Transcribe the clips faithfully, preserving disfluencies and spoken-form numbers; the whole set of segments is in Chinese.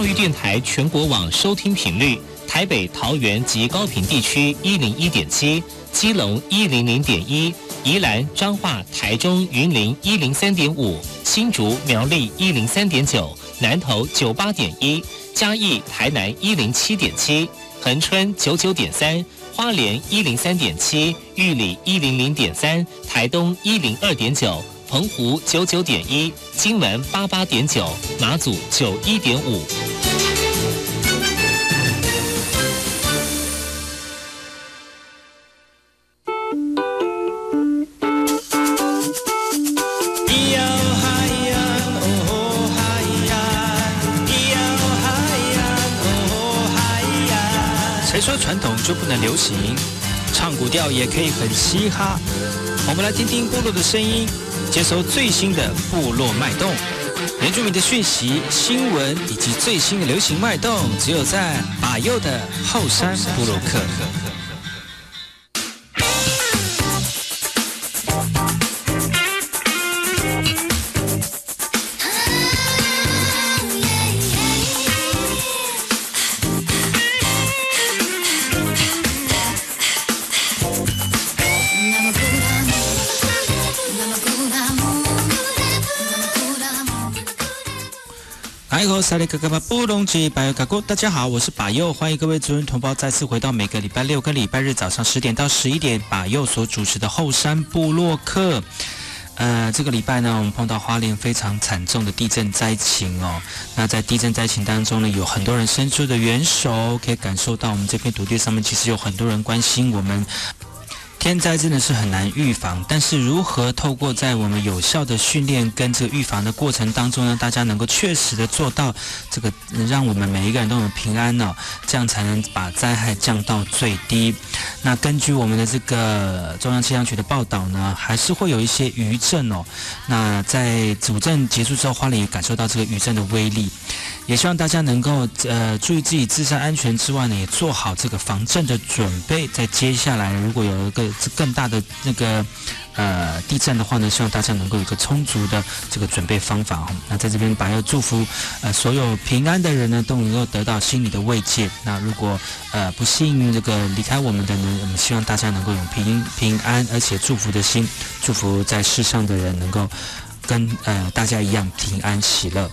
教育电台全国网收听频率：台北、桃园及高屏地区一零一点七，基隆一零零点一，宜兰、彰化、台中、云林一零三点五，新竹、苗栗一零三点九，南投九八点一，嘉义、台南一零七点七，恒春九九点三。花莲一零三点七，玉里一零零点三，台东一零二点九，澎湖九九点一，金门八八点九，马祖九一点五。 谁说传统就不能流行？唱古调也可以很嘻哈。我们来听听部落的声音，接收最新的部落脉动、原住民的讯息、新闻以及最新的流行脉动，只有在把右的后山部落客。大家好，我是把右，欢迎各位族人同胞再次回到每个礼拜六跟礼拜日早上十点到十一点把右所主持的后山部落客。呃，这个礼拜呢，我们碰到花莲非常惨重的地震灾情哦。那在地震灾情当中呢，有很多人伸出的援手，可以感受到我们这片土地上面其实有很多人关心我们。天灾真的是很难预防，但是如何透过在我们有效的训练跟这个预防的过程当中呢，大家能够确实的做到这个，让我们每一个人都能平安哦，这样才能把灾害降到最低。那根据我们的这个中央气象局的报道呢，还是会有一些余震哦。那在主震结束之后，花莲也感受到这个余震的威力，也希望大家能够呃注意自己自身安全之外呢，也做好这个防震的准备。在接下来如果有一个更大的那个呃地震的话呢，希望大家能够有一个充足的这个准备方法。那在这边把要祝福呃所有平安的人呢，都能够得到心理的慰藉。那如果呃不幸这个离开我们的呢，我们希望大家能够有平平安而且祝福的心，祝福在世上的人能够跟呃大家一样平安喜乐。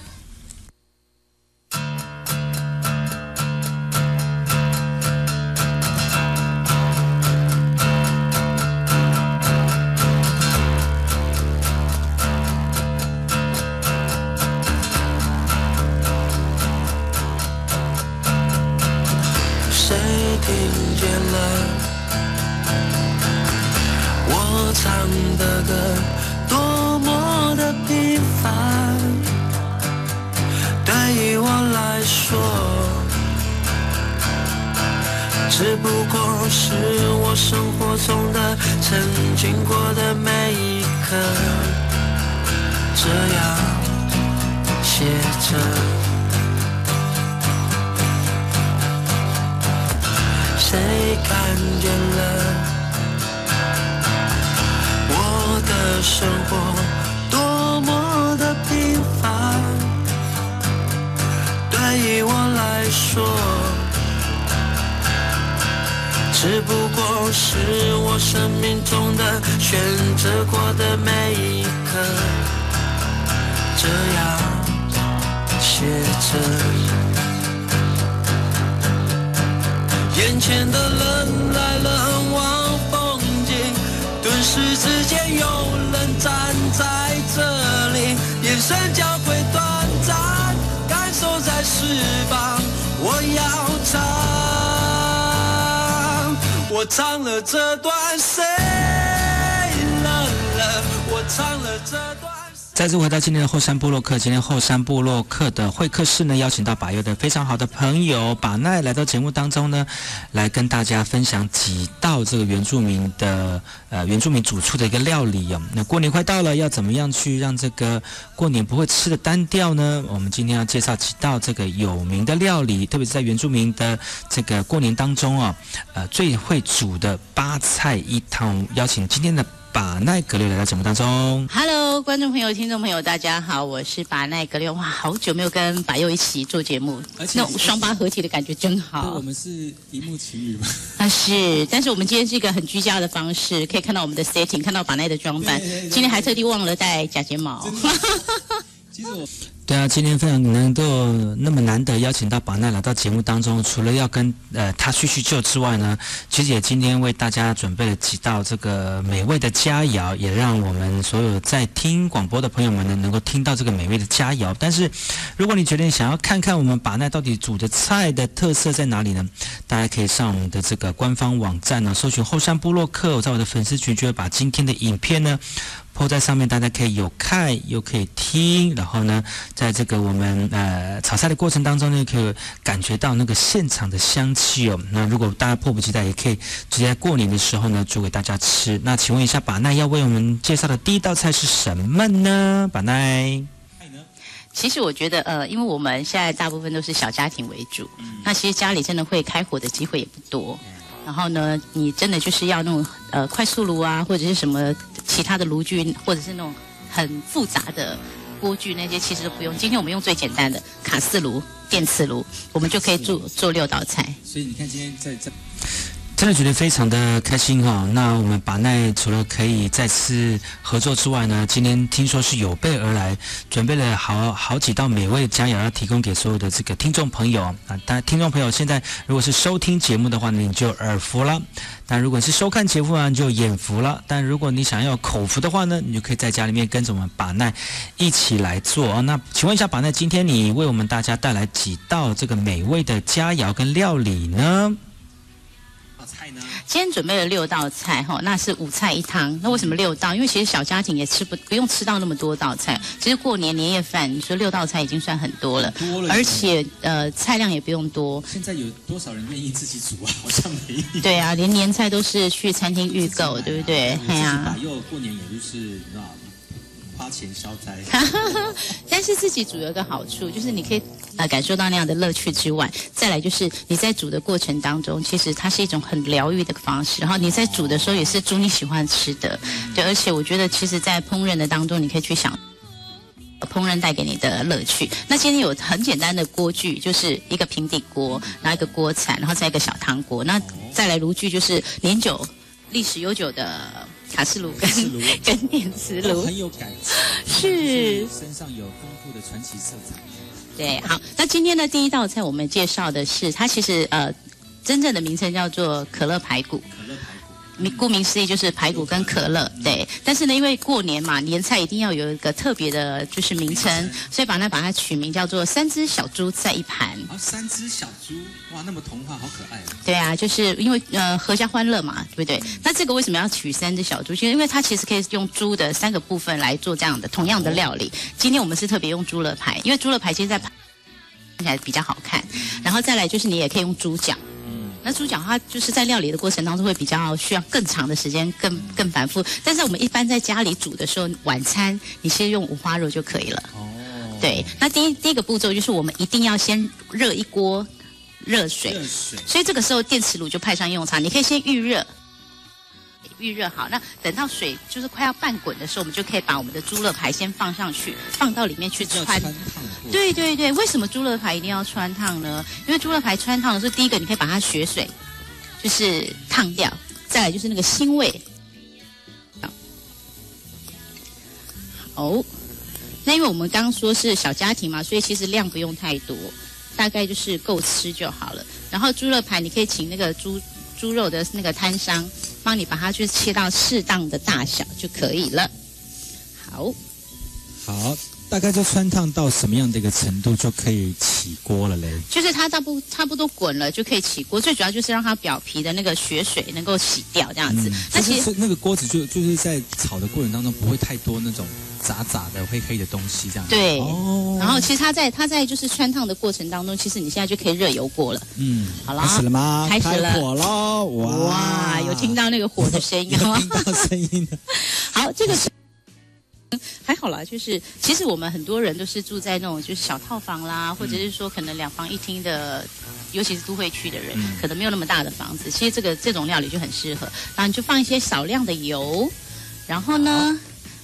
只不过是我生活中的曾经过的每一刻，这样写着。谁看见了我的生活多么的平凡？对于我来说，只不过是我生命中的选择过的每一刻，这样写着。眼前的人来人往风景，顿时之间有人站在这里，眼神交汇短暂，感受在释放。我要唱，我唱了这段谁冷了，我唱了这段。 再次回到今天的后山部落客，今天后山部落客的会客室呢，邀请到把右的非常好的朋友把奈来到节目当中呢，来跟大家分享几道这个原住民的呃原住民主厨的一个料理哦。那过年快到了，要怎么样去让这个过年不会吃的单调呢？我们今天要介绍几道这个有名的料理，特别是在原住民的这个过年当中哦，呃最会煮的八菜一汤，邀请今天的把奈格流来到节目当中。 Hello， Hello， 观众朋友、听众朋友，大家好，我是把奈格六。哇，好久没有跟把佑一起做节目，那种双八合体的感觉真好。 我们是荧幕情侣吗？ 啊，是，但是我们今天是一个很居家的方式，可以看到我们的 setting， 看到把奈的装扮。今天还特地忘了戴假睫毛。 其实我。对啊，今天非常能够那么难得邀请到把奈来到节目当中，除了要跟呃他叙叙旧之外呢，其实也今天为大家准备了几道这个美味的佳肴，也让我们所有在听广播的朋友们呢能够听到这个美味的佳肴。但是如果你觉得你想要看看我们把奈到底煮的菜的特色在哪里呢，大家可以上我们的这个官方网站呢，搜寻后山部落客，我在我的粉丝群就会把今天的影片呢po在上面，大家可以有看又可以听，然后呢，在这个我们呃炒菜的过程当中呢，可以感觉到那个现场的香气哦。那如果大家迫不及待，也可以直接在过年的时候呢煮给大家吃。那请问一下，把奈要为我们介绍的第一道菜是什么呢？把奈。 其实我觉得，呃，因为我们现在大部分都是小家庭为主，嗯、那其实家里真的会开火的机会也不多。然后呢，你真的就是要那种呃快速炉啊，或者是什么其他的炉具，或者是那种很复杂的锅具，那些其实都不用。今天我们用最简单的卡式炉、电磁炉，我们就可以做做六道菜。 所以你看，今天在在。真的觉得非常的开心哈、哦！那我们把奈除了可以再次合作之外呢，今天听说是有备而来，准备了好好几道美味的佳肴要提供给所有的这个听众朋友啊！但听众朋友现在如果是收听节目的话呢，你就耳福了；但如果是收看节目呢，你就眼福了。但如果你想要口福的话呢，你就可以在家里面跟着我们把奈一起来做哦。那请问一下，把奈，今天你为我们大家带来几道这个美味的佳肴跟料理呢？ 今天准备了六道菜哈，那是五菜一汤。那为什么六道？因为其实小家庭也吃不不用吃到那么多道菜。其实过年年夜饭，你说六道菜已经算很多了，多了而且呃菜量也不用多。 现在有多少人愿意自己煮啊？好像没有。 对啊，连年菜都是去餐厅预购，对不对？ 哎呀，把佑过年也就是你知道。花钱消灾， 但是自己煮有一个好处，就是你可以呃感受到那样的乐趣之外，再来就是你在煮的过程当中，其实它是一种很疗愈的方式。然后你在煮的时候也是煮你喜欢吃的，对。而且我觉得，其实，在烹饪的当中，你可以去想烹饪带给你的乐趣。那今天有很简单的锅具，就是一个平底锅，然后一个锅铲，然后再一个小汤锅。那再来炉具就是年久、历史悠久的。卡式炉跟跟电磁炉很有感情， 是身上有丰富的传奇色彩。 对，好，那今天的第一道菜我们介绍的是，它其实呃真正的名称叫做可乐排骨。可乐排骨。顾名思义就是排骨跟可乐，对。但是呢，因为过年嘛，年菜一定要有一个特别的，就是名称，所以把它把它取名叫做三只小猪在一盘。 啊，三只小猪，哇，那么童话，好可爱、啊。 对啊，就是因为呃合家欢乐嘛，对不对？那这个为什么要取三只小猪？其实因为它其实可以用猪的三个部分来做这样的同样的料理。今天我们是特别用猪肋排，因为猪肋排其实在看起来比较好看，然后再来就是你也可以用猪脚。那猪脚它就是在料理的过程当中会比较需要更长的时间，更更繁复。但是我们一般在家里煮的时候，晚餐你是用五花肉就可以了。哦。对，那第一第一个步骤就是我们一定要先热一锅热水。热水。所以这个时候电磁炉就派上用场，你可以先预热。预热好，那等到水就是快要半滚的时候，我们就可以把我们的猪肋排先放上去，放到里面去穿。对对对，为什么猪肋排一定要穿烫呢？因为猪肋排穿烫的时候，第一个你可以把它血水就是烫掉，再来就是那个腥味。好，那因为我们刚刚说是小家庭嘛，所以其实量不用太多，大概就是够吃就好了。然后猪肋排你可以请那个猪。猪肉的那个摊商帮你把它去切到适当的大小就可以了。好， 好，大概就穿烫到什么样的一个程度就可以起锅了嘞？ 就是它差不差不多滚了就可以起锅，最主要就是让它表皮的那个血水能够洗掉这样子。嗯、 那其实那个锅子就就是在炒的过程当中不会太多那种杂杂的黑黑的东西这样子。 对，哦、然后其实它在它在就是穿烫的过程当中，其实你现在就可以热油锅了。嗯，好了， 开始了吗？ 开始了， 开火喽！哇， 哇，有听到那个火的声音吗？有听到声音了。 好，这个是。还好啦，就是其实我们很多人都是住在那种就是小套房啦，或者是说可能两房一厅的，尤其是都会区的人，嗯、可能没有那么大的房子。其实这个这种料理就很适合，然后你就放一些少量的油，然后呢，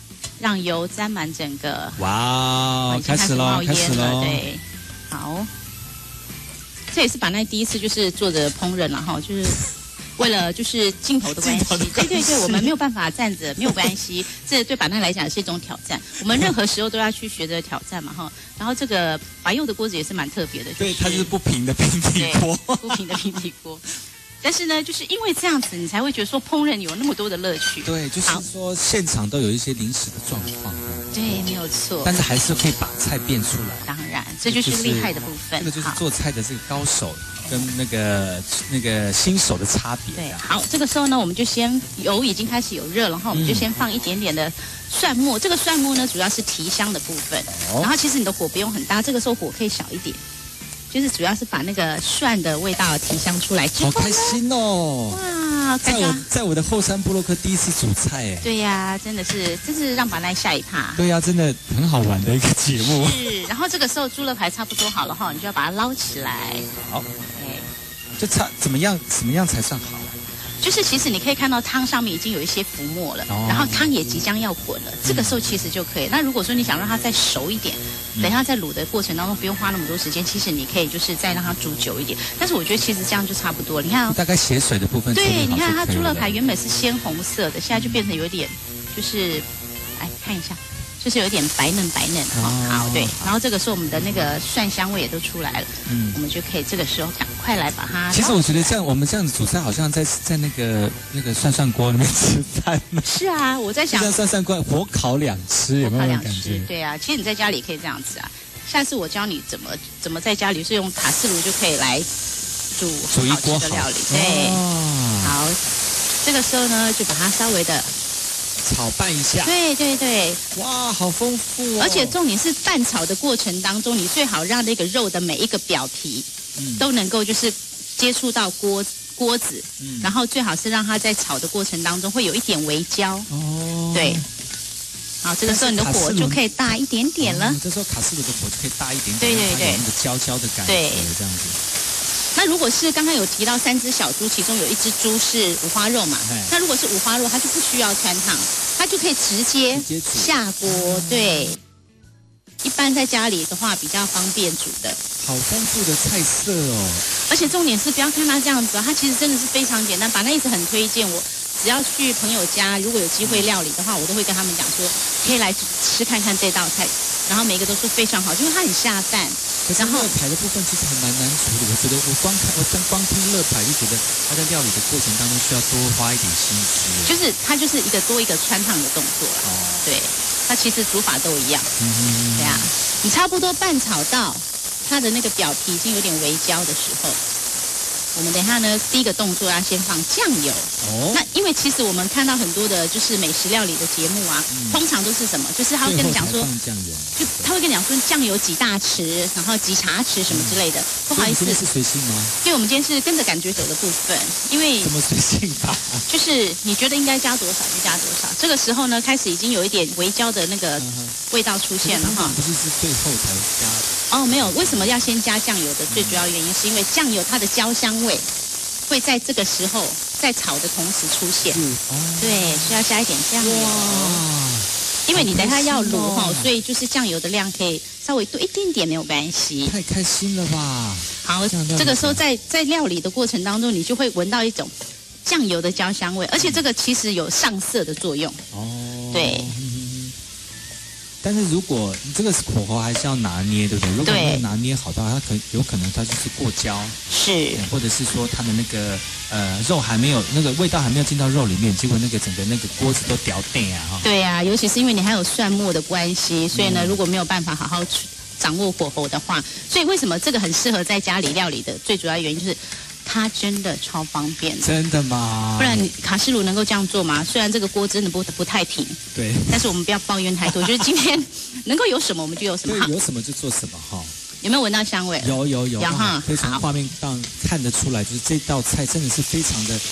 让油沾满整个。 哇哦，开始喽，开始喽， 对，好。这也是把那第一次就是做的烹饪了哈，就是为了就是镜头的关系，对对对，我们没有办法站着，没有关系，这对把那来讲是一种挑战。我们任何时候都要去学着挑战嘛哈。然后这个白釉的锅子也是蛮特别的，就是、 对，它就是不平的平底锅， 不平的平底锅。但是呢，就是因为这样子，你才会觉得说烹饪有那么多的乐趣。 对，就是说现场都有一些临时的状况。 对，没有错。 但是还是可以把菜变出来。 当然，这就是厉害的部分。 这个就是做菜的这个高手跟那个那个新手的差别。 对，好，这个时候呢，我们就先油已经开始有热了哈，我们就先放一点点的蒜末。这个蒜末呢，主要是提香的部分。哦。然后其实你的火不用很大，这个时候火可以小一点。就是主要是把那个蒜的味道提香出来之后， 好开心哦！ 哇， 在我在我的后山部落客第一次煮菜哎。 对呀，真的是，真是让把奈下一趴。 对呀，真的很好玩的一个节目。 是，然后这个时候猪肋排差不多好了哈，你就要把它捞起来。 好。哎，这差怎么样？怎么样才算好？ 就是其实你可以看到汤上面已经有一些浮沫了，哦、然后汤也即将要滚了，这个时候其实就可以。那如果说你想让它再熟一点，嗯、等一下在卤的过程当中不用花那么多时间，其实你可以就是再让它煮久一点。但是我觉得其实这样就差不多了。你看、哦， 大概血水的部分， 对，你看它猪肋排原本是鲜红色的，现在就变成有点就是，来看一下。就是有点白嫩白嫩哈、哦，好对，然后这个时候我们的那个蒜香味也都出来了，嗯，我们就可以这个时候赶快来把它。 其实我觉得这样我们这样子煮菜，好像在在那个那个涮涮锅里面吃饭。 是啊，我在想， 像涮涮锅火烤两吃，有没有感觉？ 对啊，其实你在家里可以这样子啊。下次我教你怎么怎么在家里是用卡式炉就可以来煮煮一锅的料理，对， 哦、 好，这个时候呢就把它稍微的。 炒拌一下， 对对对， 哇，好丰富哦！ 而且重点是拌炒的过程当中，你最好让那个肉的每一个表皮，嗯，都能够就是接触到锅锅子，嗯，然后最好是让它在炒的过程当中会有一点微焦，哦，对，好，这个时候你的火就可以大一点点了。 哦、这时候卡式炉的火就可以大一点点， 对对对， 那个焦焦的感觉， 对， 这样子。 那如果是刚刚有提到三只小猪，其中有一只猪是五花肉嘛？那如果是五花肉，它就不需要穿烫，它就可以直接下锅。对，一般在家里的话比较方便煮的。 好丰富的菜色哦！ 而且重点是不要看它这样子，它其实真的是非常简单。把那一直很推荐我，只要去朋友家，如果有机会料理的话，我都会跟他们讲说，可以来吃看看这道菜。然后每一个都是非常好，因为它很下饭。 然后肋排的部分其实还蛮难处理，我觉得我光看我光光听肋排就觉得它在料理的过程当中需要多花一点心思。 就是它就是一个多一个穿烫的动作了。哦。对，它其实煮法都一样。嗯嗯。对啊，你差不多拌炒到它的那个表皮已经有点微焦的时候，我们等一下呢，第一个动作要先放酱油。哦。那因为其实我们看到很多的就是美食料理的节目啊，嗯、通常都是什么？就是他会跟你讲说，就他会跟你讲说酱油几大匙，然后几茶匙什么之类的。嗯、不好意思， 今天是随性吗？ 对，我们今天是跟着感觉走的部分，因为怎么随性法？ 就是你觉得应该加多少就加多少。这个时候呢，开始已经有一点微焦的那个味道出现了哈。 不是是最后才加。 哦，没有，为什么要先加酱油的？最主要原因是因为酱油它的焦香味会在这个时候在炒的同时出现。嗯哦、对，需要加一点酱油。因为你等一下要卤哈，所以就是酱油的量可以稍微多一点点没有关系。 太开心了吧！ 好，这个时候在在料理的过程当中，你就会闻到一种酱油的焦香味，而且这个其实有上色的作用。哦，对。 但是如果你这个火候还是要拿捏，对不对？如果没有拿捏好的话，它可有可能它就是过焦， 是， 或者是说它的那个呃肉还没有那个味道还没有进到肉里面，结果那个整个那个锅子都掉电啊！哈。 对啊，尤其是因为你还有蒜末的关系，所以呢，嗯、如果没有办法好好掌握火候的话，所以为什么这个很适合在家里料理的最主要原因就是。它真的超方便的， 真的吗？ 不然卡式炉能够这样做吗？虽然这个锅真的不不太平， 对， 但是我们不要抱怨太多，就是今天能够有什么我们就有什么， 对，有什么就做什么哈。 有没有闻到香味？ 有有有， 有哈， 可以从画面上看得出来，就是这道菜真的是非常的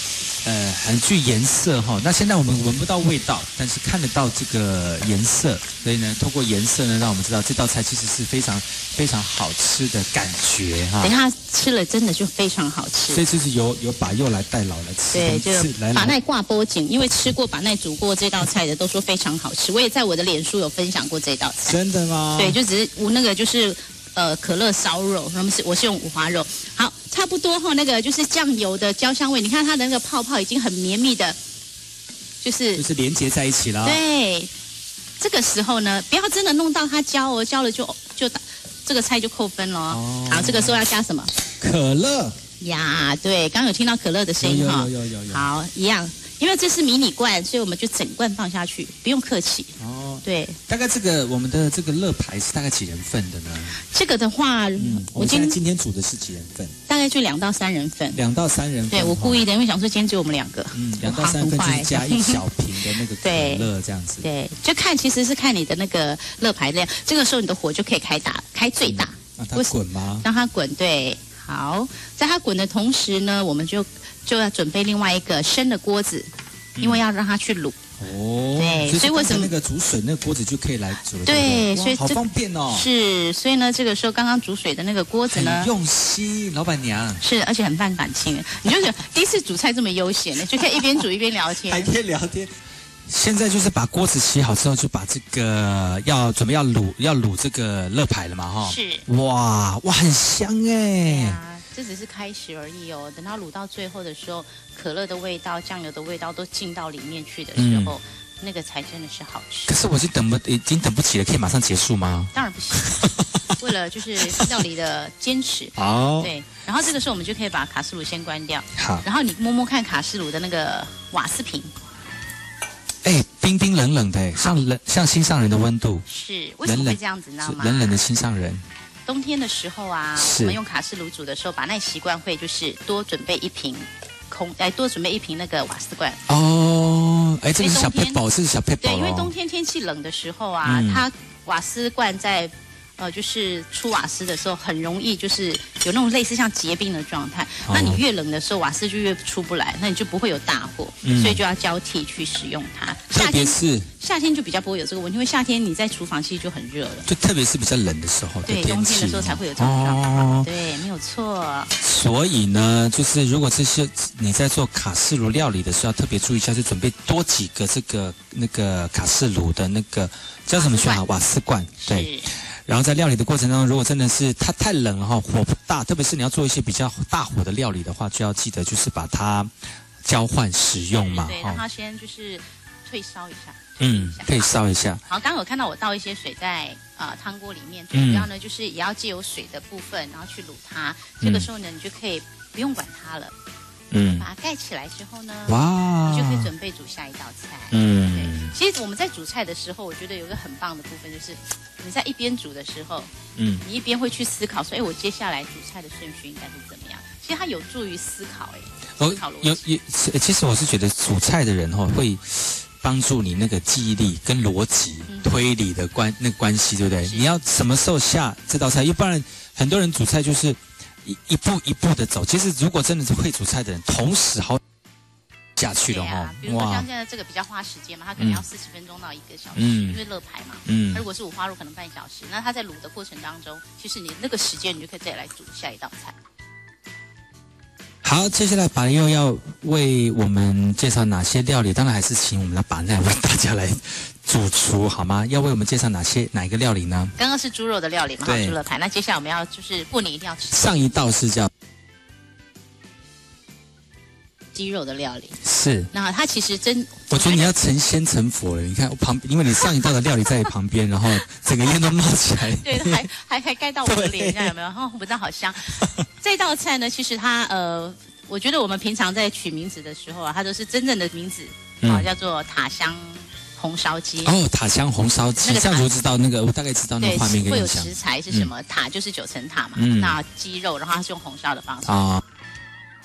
呃很具颜色哈。那现在我们闻不到味道，但是看得到这个颜色，所以呢，透过颜色呢，让我们知道这道菜其实是非常非常好吃的感觉哈。 等一下吃了真的就非常好吃。 所以就是由由把佑来代劳来吃， 对，就来把奈挂波景，因为吃过把奈煮过这道菜的都说非常好吃。我也在我的脸书有分享过这道菜。 真的吗？ 对，就只是我那个就是呃可乐烧肉，他们是我是用五花肉。好，差不多哈，那个就是酱油的焦香味，你看它的那个泡泡已经很绵密的，就是就是连接在一起了。 对，这个时候呢，不要真的弄到它焦哦，焦了就就打这个菜就扣分了。哦、好，这个时候要加什么？ 可乐呀，对，刚刚有听到可乐的声音哈。 有有有有有。 好，一样。因为这是迷你罐，所以我们就整罐放下去，不用客气。哦，对。 大概这个我们的这个乐牌是大概几人份的呢？ 这个的话， 嗯，我今天今天煮的是几人份？ 大概就两到三人份。 两到三人份。 对，我故意的，因为想说今天只有我们两个。 嗯，两到三份就是加一小瓶的那个可乐这样子。 对，就看其实是看你的那个乐牌量，这个时候你的火就可以开大，开最大。 让它滚吗？ 让它滚，对。好，在它滚的同时呢，我们就就要准备另外一个生的锅子。因为要让它去卤哦， 对，所以为什么那个煮水那个锅子就可以来煮了？ 对，所以好方便哦。 是，所以呢，这个时候刚刚煮水的那个锅子呢， 很用心，老板娘是，而且很泛感情。你就觉得第一次煮菜这么悠闲呢，就可以一边煮一边聊天， 还可以聊天。现在就是把锅子洗好之后，就把这个要准备要卤要卤这个乐牌了嘛，哈。 是。 哇哇，很香哎。 这只是开始而已哦，等它卤到最后的时候，可乐的味道、酱油的味道都进到里面去的时候，嗯、那个才真的是好吃。 可是我是等不，已经等不及了，可以马上结束吗？ 当然不行，为了就是料理的坚持。 好， 对，然后这个时候我们就可以把卡式炉先关掉。 好， 然后你摸摸看卡式炉的那个瓦斯瓶。 哎，冰冰冷冷的，像冷像心上人的温度。 是，为什么会这样子，你知道吗？ 冷冷的心上人。 冬天的时候啊，我们用卡式炉煮的时候，把那习惯会就是多准备一瓶空，哎，多准备一瓶那个瓦斯罐。 哦，哎，这个是小撇宝，这是小撇宝。 对，因为冬天天气冷的时候啊，嗯、它瓦斯罐在呃就是出瓦斯的时候，很容易就是有那种类似像结冰的状态。哦、那你越冷的时候，瓦斯就越出不来，那你就不会有大火，嗯、所以就要交替去使用它。 特别是夏天就比较不会有这个问题，因为夏天你在厨房其实就很热了。 就特别是比较冷的时候， 对，冬天的时候才会有这种状况。哦、对，没有错。 所以呢，就是如果这些你在做卡式炉料理的时候，要特别注意一下，就准备多几个这个那个卡式炉的那个叫什么去啊？瓦斯罐。对。然后在料理的过程当中，如果真的是它太冷了哈，火不大，特别是你要做一些比较大火的料理的话，就要记得就是把它交换使用嘛。 对，让它先就是退烧一下。 嗯，可以烧一下。 好，刚刚有看到我倒一些水在呃汤锅里面，最主要呢就是也要借由水的部分，然后去卤它。这个时候呢，你就可以不用管它了。嗯，把它盖起来之后呢，哇，你就可以准备煮下一道菜。嗯，对。其实我们在煮菜的时候，我觉得有一个很棒的部分，就是你在一边煮的时候，嗯，你一边会去思考说，哎，我接下来煮菜的顺序应该是怎么样？其实它有助于思考，哎，思考逻辑。有有，其实我是觉得煮菜的人哈、哦、会帮助你那个记忆力跟逻辑、嗯、推理的关那个关系，对不对？你要什么时候下这道菜？要不然很多人煮菜就是。一一步一步的走，其实如果真的是会煮菜的人，同时好下去的哈、啊。 比如说像现在这个比较花时间嘛，它可能要四十分钟到一个小时，嗯、因为乐牌嘛。嗯。如果是五花肉，可能半小时。那它在卤的过程当中，其实你那个时间，你就可以再来煮下一道菜。 好，接下来把佑要为我们介绍哪些料理？当然还是请我们的把奈为大家来主厨好吗？要为我们介绍哪些哪一个料理呢？ 刚刚是猪肉的料理嘛，猪肋排。那接下来我们要就是过年一定要吃。 上一道是叫鸡肉的料理。 是。 那它其实真， 我觉得你要成仙成佛了。你看旁，因为你上一道的料理在旁边，然后整个烟都冒起来。 对，还还还盖到我的脸上，有没有？哦，闻到好香。这道菜呢，其实它呃，我觉得我们平常在取名字的时候啊，它都是真正的名字啊、嗯，叫做塔香红烧鸡。 哦，塔香红烧鸡，那个这样就知道那个，我大概知道那个画面。 会有食材是什么？嗯、塔就是九层塔嘛，嗯、那鸡肉，然后它是用红烧的方式。啊、哦。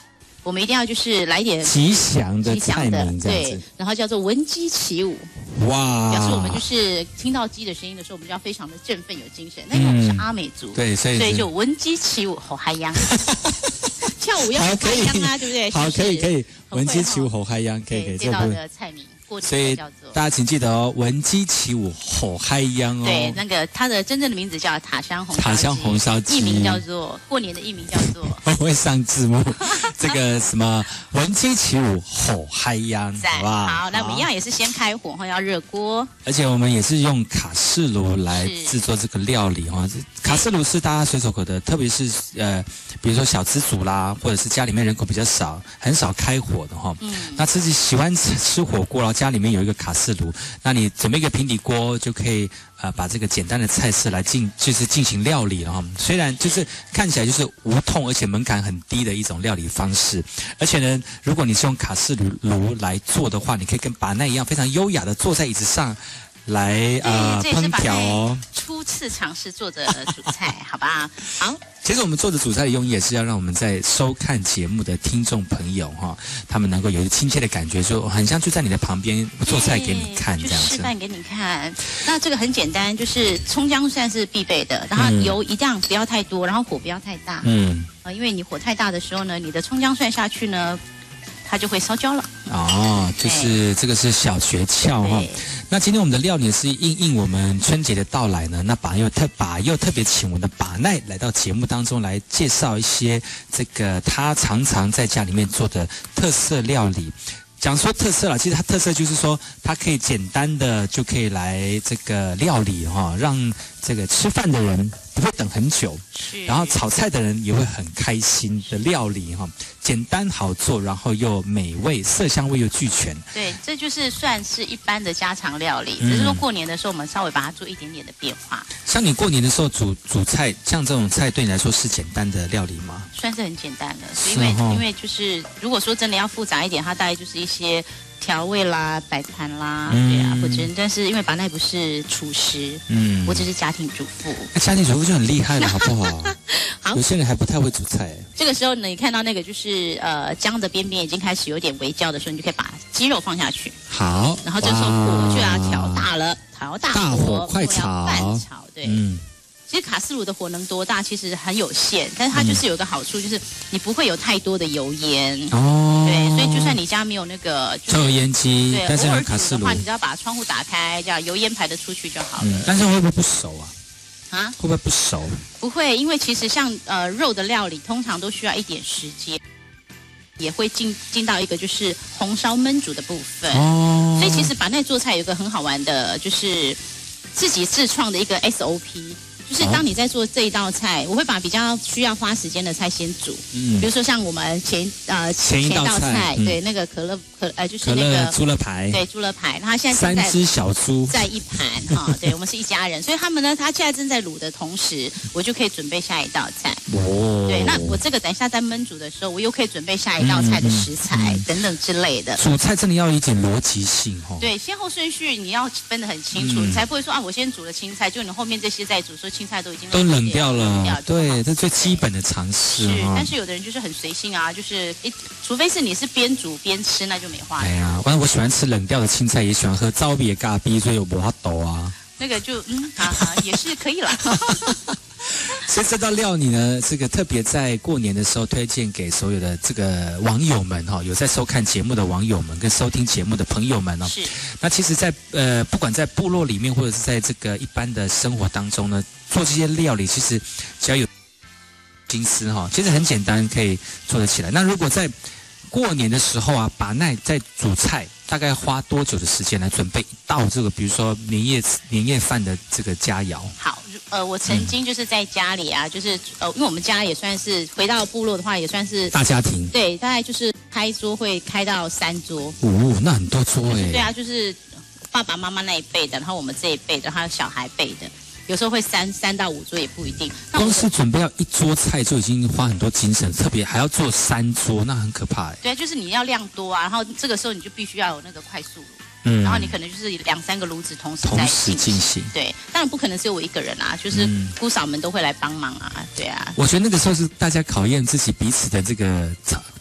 我们一定要就是来点吉祥的菜吉祥的， 名这样对子，， 然后叫做闻鸡起舞， 哇， 表示我们就是听到鸡的声音的时候，我们就要非常的振奋有精神。但因为我们是阿美族， 对，所以所以是就闻鸡起舞吼嗨秧，跳舞要好吼可以嗨秧啊，对不对？ 好， 是不是可以可以， 很会闻鸡起舞哈吼嗨秧，可以可以， 对，这道这不的菜名，过所以年的叫做。 大家请记得哦，闻鸡起舞吼嗨秧哦。 对，那个它的真正的名字叫塔香红烧鸡塔香红烧鸡艺名叫做过年的艺名叫做会不会上字幕？这个什么闻鸡起舞吼嗨秧，好赞。 不好？ 好，那我们一样也是先开火，然后要热锅。 而且我们也是用卡式炉来是制作这个料理哈、哦。卡式炉是大家随手可得，特别是呃，比如说小资族啦，或者是家里面人口比较少，很少开火的哈、哦。 嗯， 那自己喜欢吃吃火锅，然后家里面有一个卡式炉，那你准备一个平底锅就可以呃把这个简单的菜式来进就是进行料理了哈、哦。虽然就是看起来就是无痛，而且门槛很低的一种料理方式，而且呢，如果你是用卡式炉炉来做的话，你可以跟把奈一样非常优雅的坐在椅子上。来呃这也是把烹调哦。 初次尝试做的主菜，好吧？好， 其实我们做的主菜的用意也是要让我们在收看节目的听众朋友哈、哦，他们能够有一个亲切的感觉，说很像就在你的旁边做菜给你看这样就子。 示范给你看。那这个很简单，就是葱姜蒜是必备的，然后油一定不要太多，然后火不要太大。 嗯， 呃，因为你火太大的时候呢，你的葱姜蒜下去呢，它就会烧焦了。 哦，就是这个是小诀窍哈、哦。那今天我们的料理是应应我们春节的到来呢，那把又特把又特别请我们的把奈来到节目当中来介绍一些这个他常常在家里面做的特色料理。讲说特色啦，其实它特色就是说，它可以简单的就可以来这个料理哈、哦，让这个吃饭的人不会等很久，然后炒菜的人也会很开心的料理哈、哦，简单好做，然后又美味，色香味又俱全。 对，这就是算是一般的家常料理， 嗯只是说过年的时候我们稍微把它做一点点的变化。 像你过年的时候煮煮菜，像这种菜对你来说是简单的料理吗？ 算是很简单的，是因为、 哦、 因为就是如果说真的要复杂一点，它大概就是一些调味啦、摆盘啦， 嗯、 对啊，或者但是因为把奈不是厨师，嗯，我只是家庭主妇， 那家庭主妇就很厉害了，好不好？ 好， 有些人还不太会煮菜。 这个时候呢，你看到那个就是呃姜的边边已经开始有点微焦的时候，你就可以把鸡肉放下去。 好， 然后这时候火就要调大了，调大火， 大火快炒， 拌炒，对，嗯。其实卡式炉的火能多大，其实很有限，但是它就是有一个好处，就是你不会有太多的油烟。 哦。 对，所以就算你家没有那个抽油烟机， 对， 但是有卡式炉的话，你只要把窗户打开，这样油烟排得出去就好了。嗯， 但是会不会不熟啊？ 啊？ 会不会不熟？ 不会，因为其实像呃肉的料理，通常都需要一点时间，也会进进到一个就是红烧焖煮的部分。哦。所以其实把奈做菜有一个很好玩的，就是自己自创的一个 S O P。就是当你在做这一道菜，我会把比较需要花时间的菜先煮，嗯，比如说像我们前呃前一道菜， 菜嗯、 对那个可乐可呃就是那个猪肋排， 对猪肋排，然后现在三只小猪在一盘哈，对我们是一家人，所以他们呢，他现在正在卤的同时，我就可以准备下一道菜。哦，对，那我这个等一下在焖煮的时候，我又可以准备下一道菜的食材、嗯嗯、等等之类的。 煮菜真的要有一点逻辑性哦。 对，先后顺序你要分得很清楚，嗯、你才不会说啊，我先煮了青菜，就你后面这些再煮，说青菜都已经都冷掉了。 冷掉对，这最基本的常识。 是，但是有的人就是很随性啊，就是一，除非是你是边煮边吃，那就没话。 哎呀，反正我喜欢吃冷掉的青菜，也喜欢喝糟别咖啡，所以我不怕抖啊。 那个就嗯啊啊，也是可以了。 所以这道料理呢，这个特别在过年的时候推荐给所有的这个网友们哈、哦，有在收看节目的网友们跟收听节目的朋友们哦。 是。 那其实在，在呃，不管在部落里面，或者是在这个一般的生活当中呢，做这些料理，其实只要有心思哈、哦，其实很简单，可以做得起来。那如果在过年的时候啊，把奈在煮菜，大概花多久的时间来准备一道这个，比如说年夜年夜饭的这个佳肴？ 好，呃，我曾经就是在家里啊，嗯、就是呃，因为我们家也算是回到部落的话，也算是大家庭。 对，大概就是开桌会开到三桌。 哦，那很多桌哎。 对啊，就是爸爸妈妈那一辈的，然后我们这一辈的，还有小孩辈的。有时候会三三到五桌也不一定。 光是准备要一桌菜就已经花很多精神，特别还要做三桌，那很可怕哎。 对啊，就是你要量多啊，然后这个时候你就必须要有那个快速炉，嗯，然后你可能就是两三个炉子同时在同时进行。 对，当然不可能只有我一个人啊，就是姑嫂们都会来帮忙啊，对啊。 我觉得那个时候是大家考验自己彼此的这个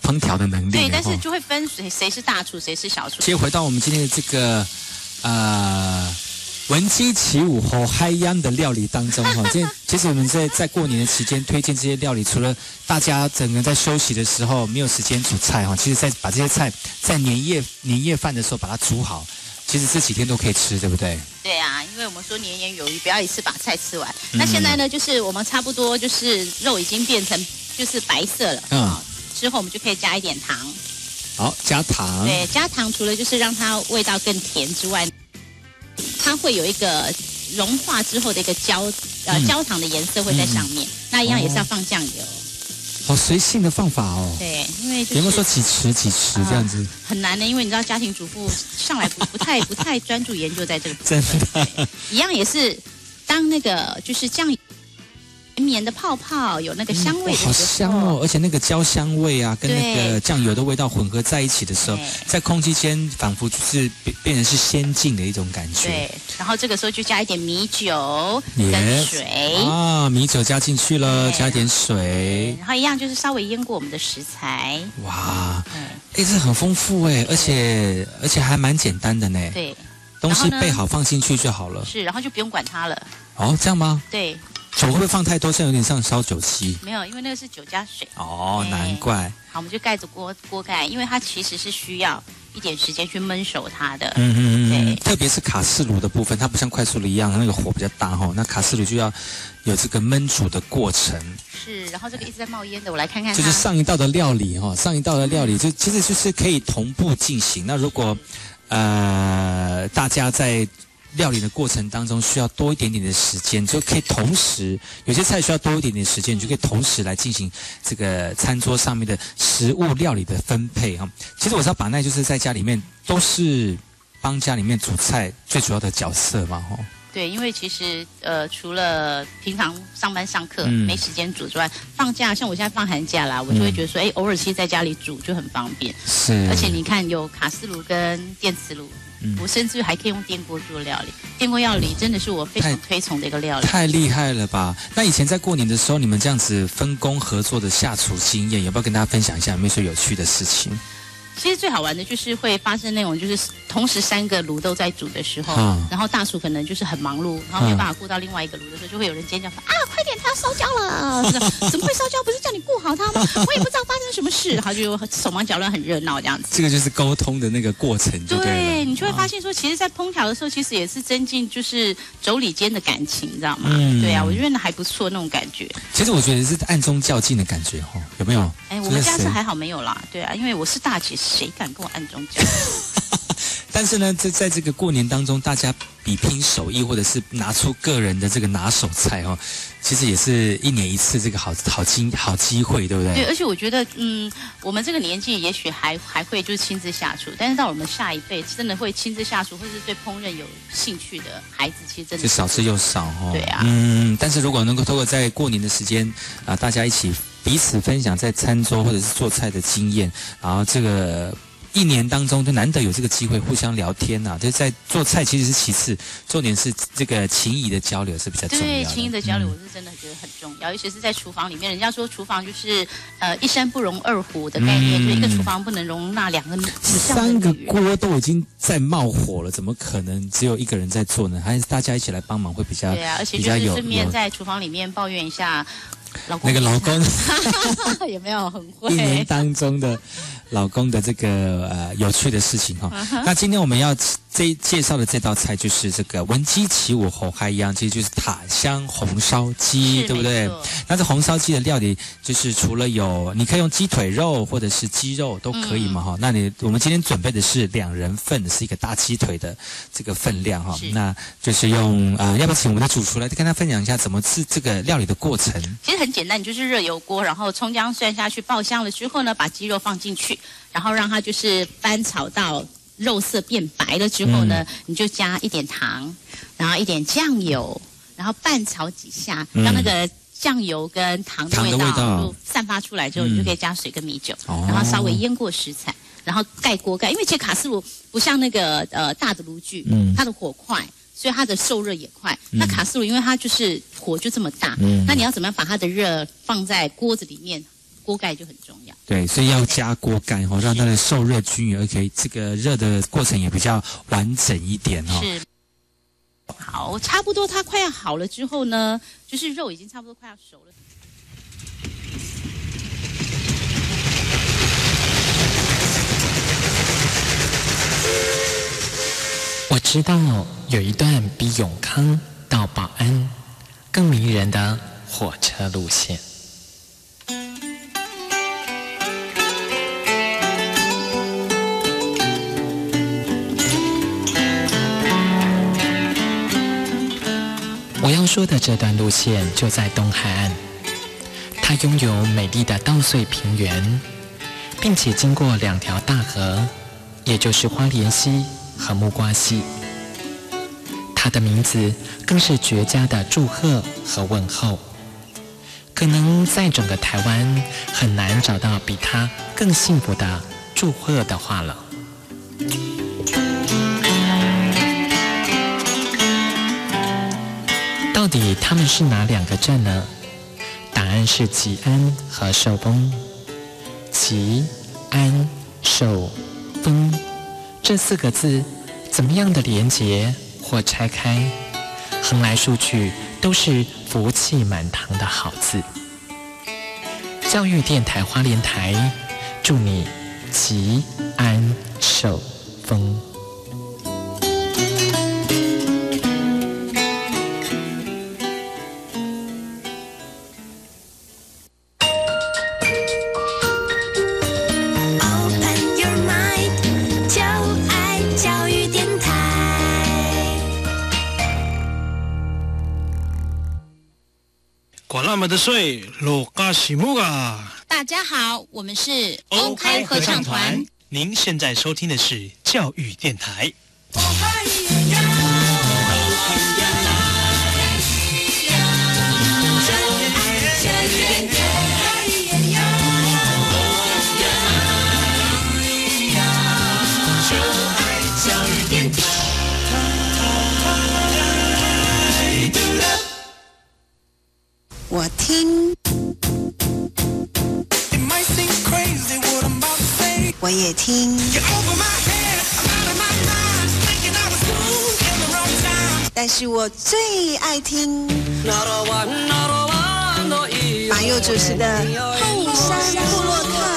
烹调的能力。 对，但是就会分谁谁是大厨，谁是小厨。 其实回到我们今天的这个呃闻鸡起舞吼嗨秧的料理当中哈，这其实我们在在过年的期间推荐这些料理，除了大家整个在休息的时候没有时间煮菜哈，其实在把这些菜在年夜年夜饭的时候把它煮好。其实这几天都可以吃，对不对？ 对啊，因为我们说年年有余，不要一次把菜吃完。嗯、那现在呢，就是我们差不多就是肉已经变成就是白色了，嗯、哦，之后我们就可以加一点糖。 好，加糖。 对，加糖除了就是让它味道更甜之外，它会有一个融化之后的一个焦呃、嗯、焦糖的颜色会在上面。嗯、那一样也是要放酱油。 好随性的放法哦。 对，因为、就是、 有没有说几匙几匙这样子？呃、 很难的，因为你知道家庭主妇上来不不太不太专注研究在这个部分。真的。 一样也是，当那个就是酱油绵绵的泡泡有那个香味的时候、 嗯、好香哦！而且那个焦香味啊，跟那个酱油的味道混合在一起的时候，在空气间仿佛就是变变成是仙境的一种感觉。 对，然后这个时候就加一点米酒跟水、 yes. 啊，米酒加进去了，加一点水， 然后一样就是稍微腌过我们的食材。 哇，哎，这很丰富哎，而且而且还蛮简单的呢。 对， 东西备好放进去就好了。 是，然后就不用管它了。 哦，这样吗？ 对。 酒会不会放太多？这样有点像烧酒鸡。 没有，因为那个是酒加水。 哦，难怪。 好，我们就盖着锅锅盖，因为它其实是需要一点时间去焖熟它的。 嗯嗯嗯。对。特别是卡式炉的部分，它不像快速炉一样，那个火比较大哈。那卡式炉就要有这个焖煮的过程。 是，然后这个一直在冒烟的，我来看看。 就是上一道的料理哈，上一道的料理就其实就是可以同步进行。那如果呃大家在料理的过程当中需要多一点点的时间，就可以同时有些菜需要多一点点时间，你就可以同时来进行这个餐桌上面的食物料理的分配哈。其实我知道把奈就是在家里面都是帮家里面煮菜最主要的角色嘛哈。 对，因为其实呃除了平常上班上课、嗯、没时间煮之外，放假像我现在放寒假啦，我就会觉得说，哎、嗯，偶尔其实在家里煮就很方便。 是， 而且你看有卡式炉跟电磁炉。嗯、我甚至还可以用电锅做料理，电锅料理真的是我非常推崇的一个料理。 太厉害了吧！那以前在过年的时候，你们这样子分工合作的下厨经验，要不要跟大家分享一下？有没有说有趣的事情？ 其实最好玩的就是会发生那种，就是同时三个炉都在煮的时候，嗯、然后大厨可能就是很忙碌，然后没有办法顾到另外一个炉的时候，就会有人尖叫说：“啊，快点，它要烧焦了！”怎么会烧焦？不是叫你顾好它吗？我也不知道发生什么事，然后就手忙脚乱，很热闹这样子。 这个就是沟通的那个过程就对了。 对，你就会发现说，其实，在烹调的时候，其实也是增进就是妯娌间的感情，你知道吗？嗯，对啊，我觉得那还不错那种感觉。 其实我觉得是暗中较劲的感觉哈，有没有？ 哎，我们家是还好没有啦，对啊，因为我是大姐，谁敢跟我暗中较劲？ 但是呢，在在这个过年当中，大家比拼手艺，或者是拿出个人的这个拿手菜哦，其实也是一年一次这个好好机好机会，对不对？ 对，而且我觉得，嗯，我们这个年纪也许还还会就是亲自下厨，但是到我们下一辈，真的会亲自下厨，或是对烹饪有兴趣的孩子，其实真的就少之又少哦。 对啊， 嗯，但是如果能够透过在过年的时间啊、呃，大家一起彼此分享在餐桌或者是做菜的经验，然后这个。一年当中就难得有这个机会互相聊天呐、啊，就在做菜其实是其次，重点是这个情谊的交流是比较重要的。 对，情谊的交流我是真的觉得很重要，嗯、尤其是在厨房里面，人家说厨房就是呃一山不容二虎的概念，嗯、就是一个厨房不能容纳两个三个锅都已经在冒火了，怎么可能只有一个人在做呢？还是大家一起来帮忙会比较对啊，而且就是顺便在厨房里面抱怨一下。老公那个老公有没有很会？ 一年当中的老公的这个呃有趣的事情哈、哦。Uh-huh. 那今天我们要这介绍的这道菜就是这个闻鸡起舞吼嗨秧，其实就是塔香红烧鸡，对不对？那这红烧鸡的料理就是除了有你可以用鸡腿肉或者是鸡肉都可以嘛哈、嗯。那你我们今天准备的是两人份的，是一个大鸡腿的这个分量哈、哦。那就是用啊、呃，要不要请我们的主厨来跟他分享一下怎么制这个料理的过程？ 其实很简单，你就是热油锅，然后葱姜蒜下去爆香了之后呢，把鸡肉放进去，然后让它就是翻炒到肉色变白了之后呢，嗯、你就加一点糖，然后一点酱油，然后拌炒几下，嗯、让那个酱油跟糖的味道就散发出来之后，嗯、你就可以加水跟米酒，哦、然后稍微腌过食材，然后盖锅盖，因为其实卡式炉不像那个呃大的炉具，嗯、它的火快。所以它的受热也快。嗯、那卡式炉因为它就是火就这么大，嗯、那你要怎么样把它的热放在锅子里面锅盖就很重要。 对，所以要加锅盖哦，让它的受热均匀，而且这个热的过程也比较完整一点哦。 是。好，差不多它快要好了之后呢，就是肉已经差不多快要熟了。 我知道有一段比永康到保安更迷人的火车路线。我要说的这段路线就在东海岸，它拥有美丽的稻穗平原，并且经过两条大河，也就是花莲溪和木瓜溪。它的名字更是绝佳的祝贺和问候，可能在整个台湾很难找到比它更幸福的祝贺的话了。到底他们是哪两个镇呢？答案是吉安和寿丰。吉安寿丰这四个字怎么样的连结或拆开，横来竖去都是福气满堂的好字。教育电台花莲台，祝你吉安寿丰。 那么的水，罗嘎西木啊！ 大家好，我们是欧开合唱团。您现在收听的是教育电台。 我听，我也听，但是我最爱听马佑主持的后山部落客。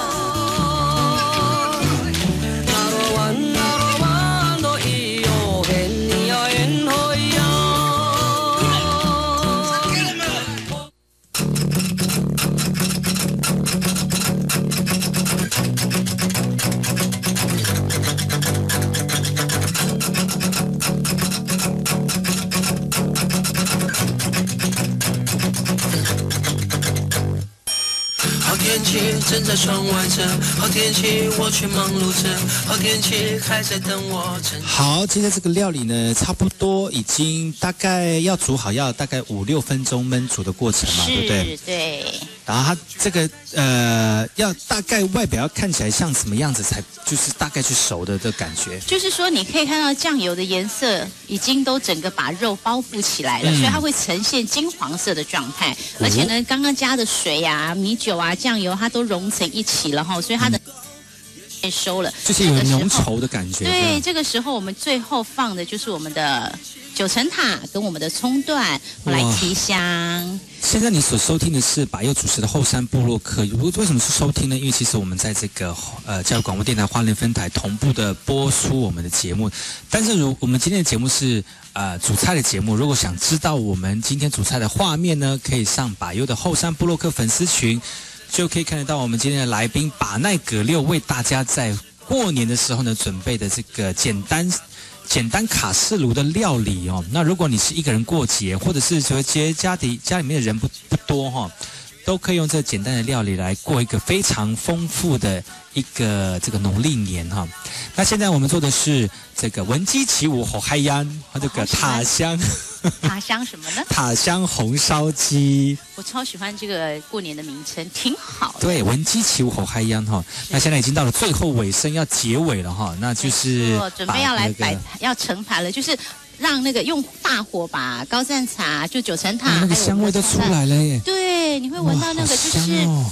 正在窗外着，好天气我却忙碌着，好天气还在等我。 好，接着这个料理呢，差不多已经大概要煮好，要大概五六分钟焖煮的过程嘛，对不对？ 对。 然后它这个呃，要大概外表要看起来像什么样子才，就是大概去熟的的感觉。 就是说，你可以看到酱油的颜色已经都整个把肉包覆起来了，嗯、所以它会呈现金黄色的状态。而且呢，刚刚加的水啊、米酒啊、酱油，它都融成一起了哈，所以它的。嗯收了， 就是有浓稠的感觉。 对，这个时候我们最后放的就是我们的九层塔跟我们的葱段，我来提香。 现在你所收听的是把佑主持的后山部落客。为什么是收听呢？因为其实我们在这个呃教育广播电台花莲分台同步的播出我们的节目。但是如我们今天的节目是呃煮菜的节目，如果想知道我们今天煮菜的画面呢，可以上把佑的后山部落客粉丝群。就可以看得到我们今天的来宾把奈葛六为大家在过年的时候呢准备的这个简单简单卡式炉的料理哦。那如果你是一个人过节，或者是觉得家里家里面的人不不多哈、哦，都可以用这简单的料理来过一个非常丰富的一个这个农历年哈、哦。那现在我们做的是这个闻鸡起舞吼嗨烟和这个塔香。 塔香什么呢？ 塔香红烧鸡， 我超喜欢这个过年的名称，挺好的。 对，闻鸡起舞吼嗨烟哈。那现在已经到了最后尾声，要结尾了哈，那就是准备要来摆，要盛盘了，就是让那个用大火把高赞茶就九层塔、 哦，那个香味都出来了耶。 对，你会闻到那个就是。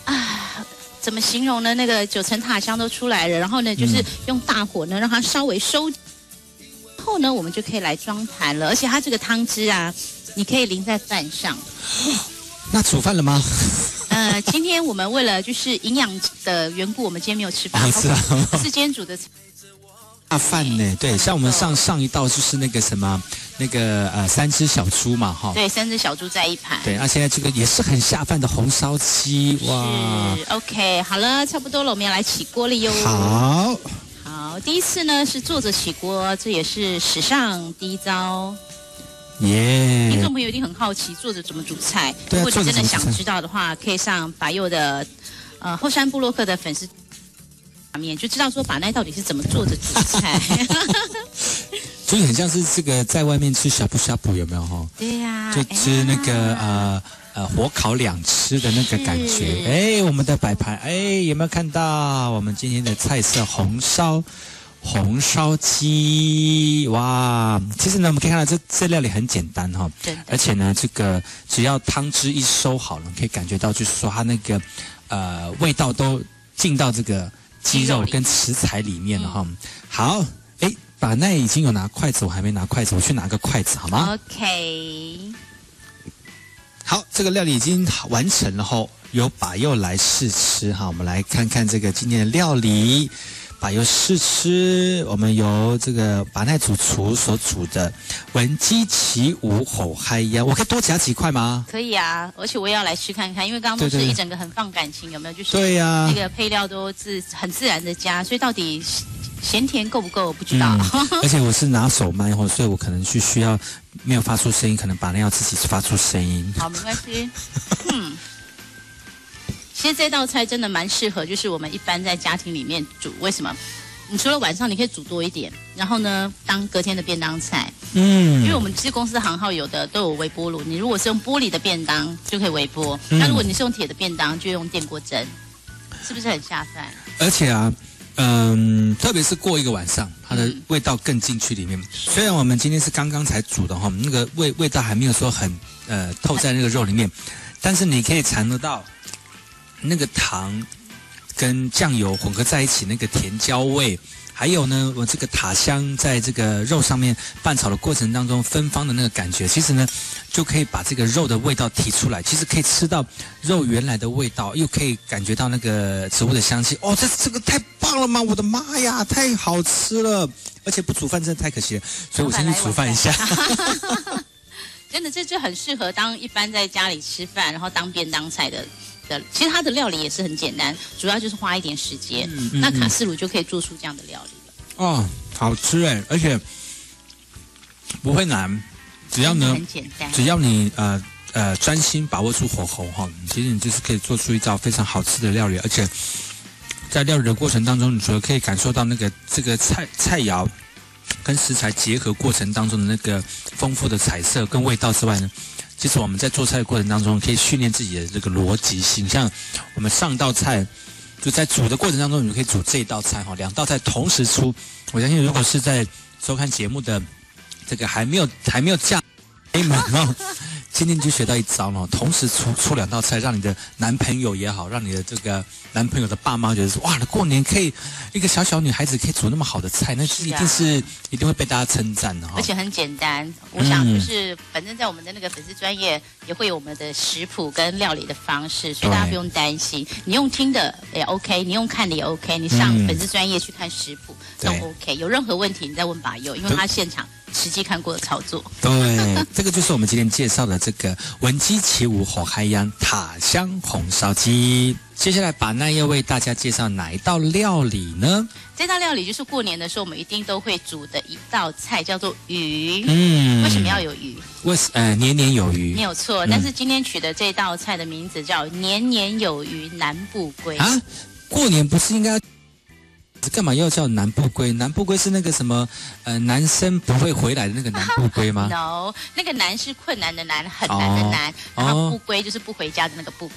啊，怎么形容呢？那个九层塔香都出来了，然后呢，就是用大火呢让它稍微收，后呢我们就可以来装盘了。而且它这个汤汁啊，你可以淋在饭上。 那煮饭了吗？ 呃，今天我们为了就是营养的缘故，我们今天没有吃饭， 是啊， 是今天煮的大饭呢？对，像我们上上一道就是那个什么，那个呃三只小猪嘛，哈。 对，三只小猪在一盘。 对，那现在这个也是很下饭的红烧鸡，哇。 是 OK， 好了，差不多了，我们要来起锅了哟。 好。 好，第一次呢是坐着起锅，这也是史上第一招。 耶！ 听众朋友一定很好奇，作者怎么煮菜？ 对啊， 如果你真的想知道的话，可以上把佑的呃后山部落客的粉丝上面，就知道说把奈到底是怎么做的煮菜。 就是很像是这个在外面吃呷哺呷哺，有没有哈？ 对呀、啊， 就吃那个、哎、呃呃火烤两吃的那个感觉。哎，我们的摆盘，哎，有没有看到我们今天的菜色红烧？红烧鸡，哇！其实呢，我们可以看到这这料理很简单哈、哦，而且呢，这个只要汤汁一收好了，可以感觉到就是说它那个呃味道都进到这个鸡肉跟食材里面了哈、嗯。好，哎，把那已经有拿筷子，我还没拿筷子，我去拿个筷子好吗 ？OK。 好，这个料理已经完成了后，由把佑来试吃哈，我们来看看这个今天的料理。把由试吃，我们由这个把奈主厨所煮的文鸡起舞吼嗨呀，我可以多夹几块吗？ 可以啊，而且我也要来吃看看，因为刚刚都是一整个很放感情，有没有？就是对呀、啊， 那个配料都自很自然的加，所以到底咸甜够不够，我不知道。 嗯、而且我是拿手麦吼，所以我可能去需要没有发出声音，可能把奈要自己发出声音。 好，没关系。嗯。其实这道菜真的蛮适合，就是我们一般在家庭里面煮。为什么？你除了晚上你可以煮多一点，然后呢，当隔天的便当菜。嗯。因为我们其实公司行号有的都有微波炉，你如果是用玻璃的便当就可以微波，嗯、那如果你是用铁的便当，就用电锅蒸，是不是很下饭？ 而且啊，嗯，特别是过一个晚上，它的味道更进去里面。嗯、虽然我们今天是刚刚才煮的哈，那个味味道还没有说很呃透在那个肉里面，但是你可以尝得到。那个糖跟酱油混合在一起，那个甜椒味，还有呢，我这个塔香在这个肉上面拌炒的过程当中芬芳的那个感觉，其实呢，就可以把这个肉的味道提出来。其实可以吃到肉原来的味道，又可以感觉到那个植物的香气。哦，这这个太棒了吗？我的妈呀，太好吃了！而且不煮饭真的太可惜了，所以我先去煮饭一下。 真的，这就很适合当一般在家里吃饭，然后当便当菜的。其实它的料理也是很简单，主要就是花一点时间。嗯嗯、那卡式炉就可以做出这样的料理了。 哦，好吃哎，而且不会难，只要呢， 很简单， 只要你呃呃专心把握住火候哈，其实你就是可以做出一道非常好吃的料理。而且在料理的过程当中，你除了可以感受到那个这个菜菜肴跟食材结合过程当中的那个丰富的彩色跟味道之外呢。其实我们在做菜的过程当中，可以训练自己的这个逻辑性。像我们上道菜，就在煮的过程当中，你就可以煮这一道菜哈，两道菜同时出。我相信，如果是在收看节目的这个还没有还没有嫁黑门哦，今天你就学到一招哦，同时出出两道菜，让你的男朋友也好，让你的这个男朋友的爸妈觉得说，哇，过年可以一个小小女孩子可以煮那么好的菜，那一定是、啊、一定会被大家称赞的哈。 而且很简单，我想就是、嗯、反正在我们的那个粉丝专页也会有我们的食谱跟料理的方式，所以大家不用担心。你用听的也 OK， 你用看的也 OK， 你上粉丝专页去看食谱、嗯、都 OK。有任何问题你再问把佑，因为他现场实际看过的操作。 对，这个就是我们今天介绍的这个文鸡起舞吼嗨央塔香红烧鸡。接下来把奈要为大家介绍哪一道料理呢？ 这道料理就是过年的时候我们一定都会煮的一道菜，叫做鱼。 嗯， 为什么要有鱼？ 为呃年年有余， 没有错。嗯、但是今天取的这道菜的名字叫年年有余南部龟啊。过年不是应该？干嘛要叫南部龟？南部龟是那个什么呃男生不会回来的那个南部龟吗 ？No， 那个难是困难的难，很难的难，哦、然后不归就是不回家的那个不归。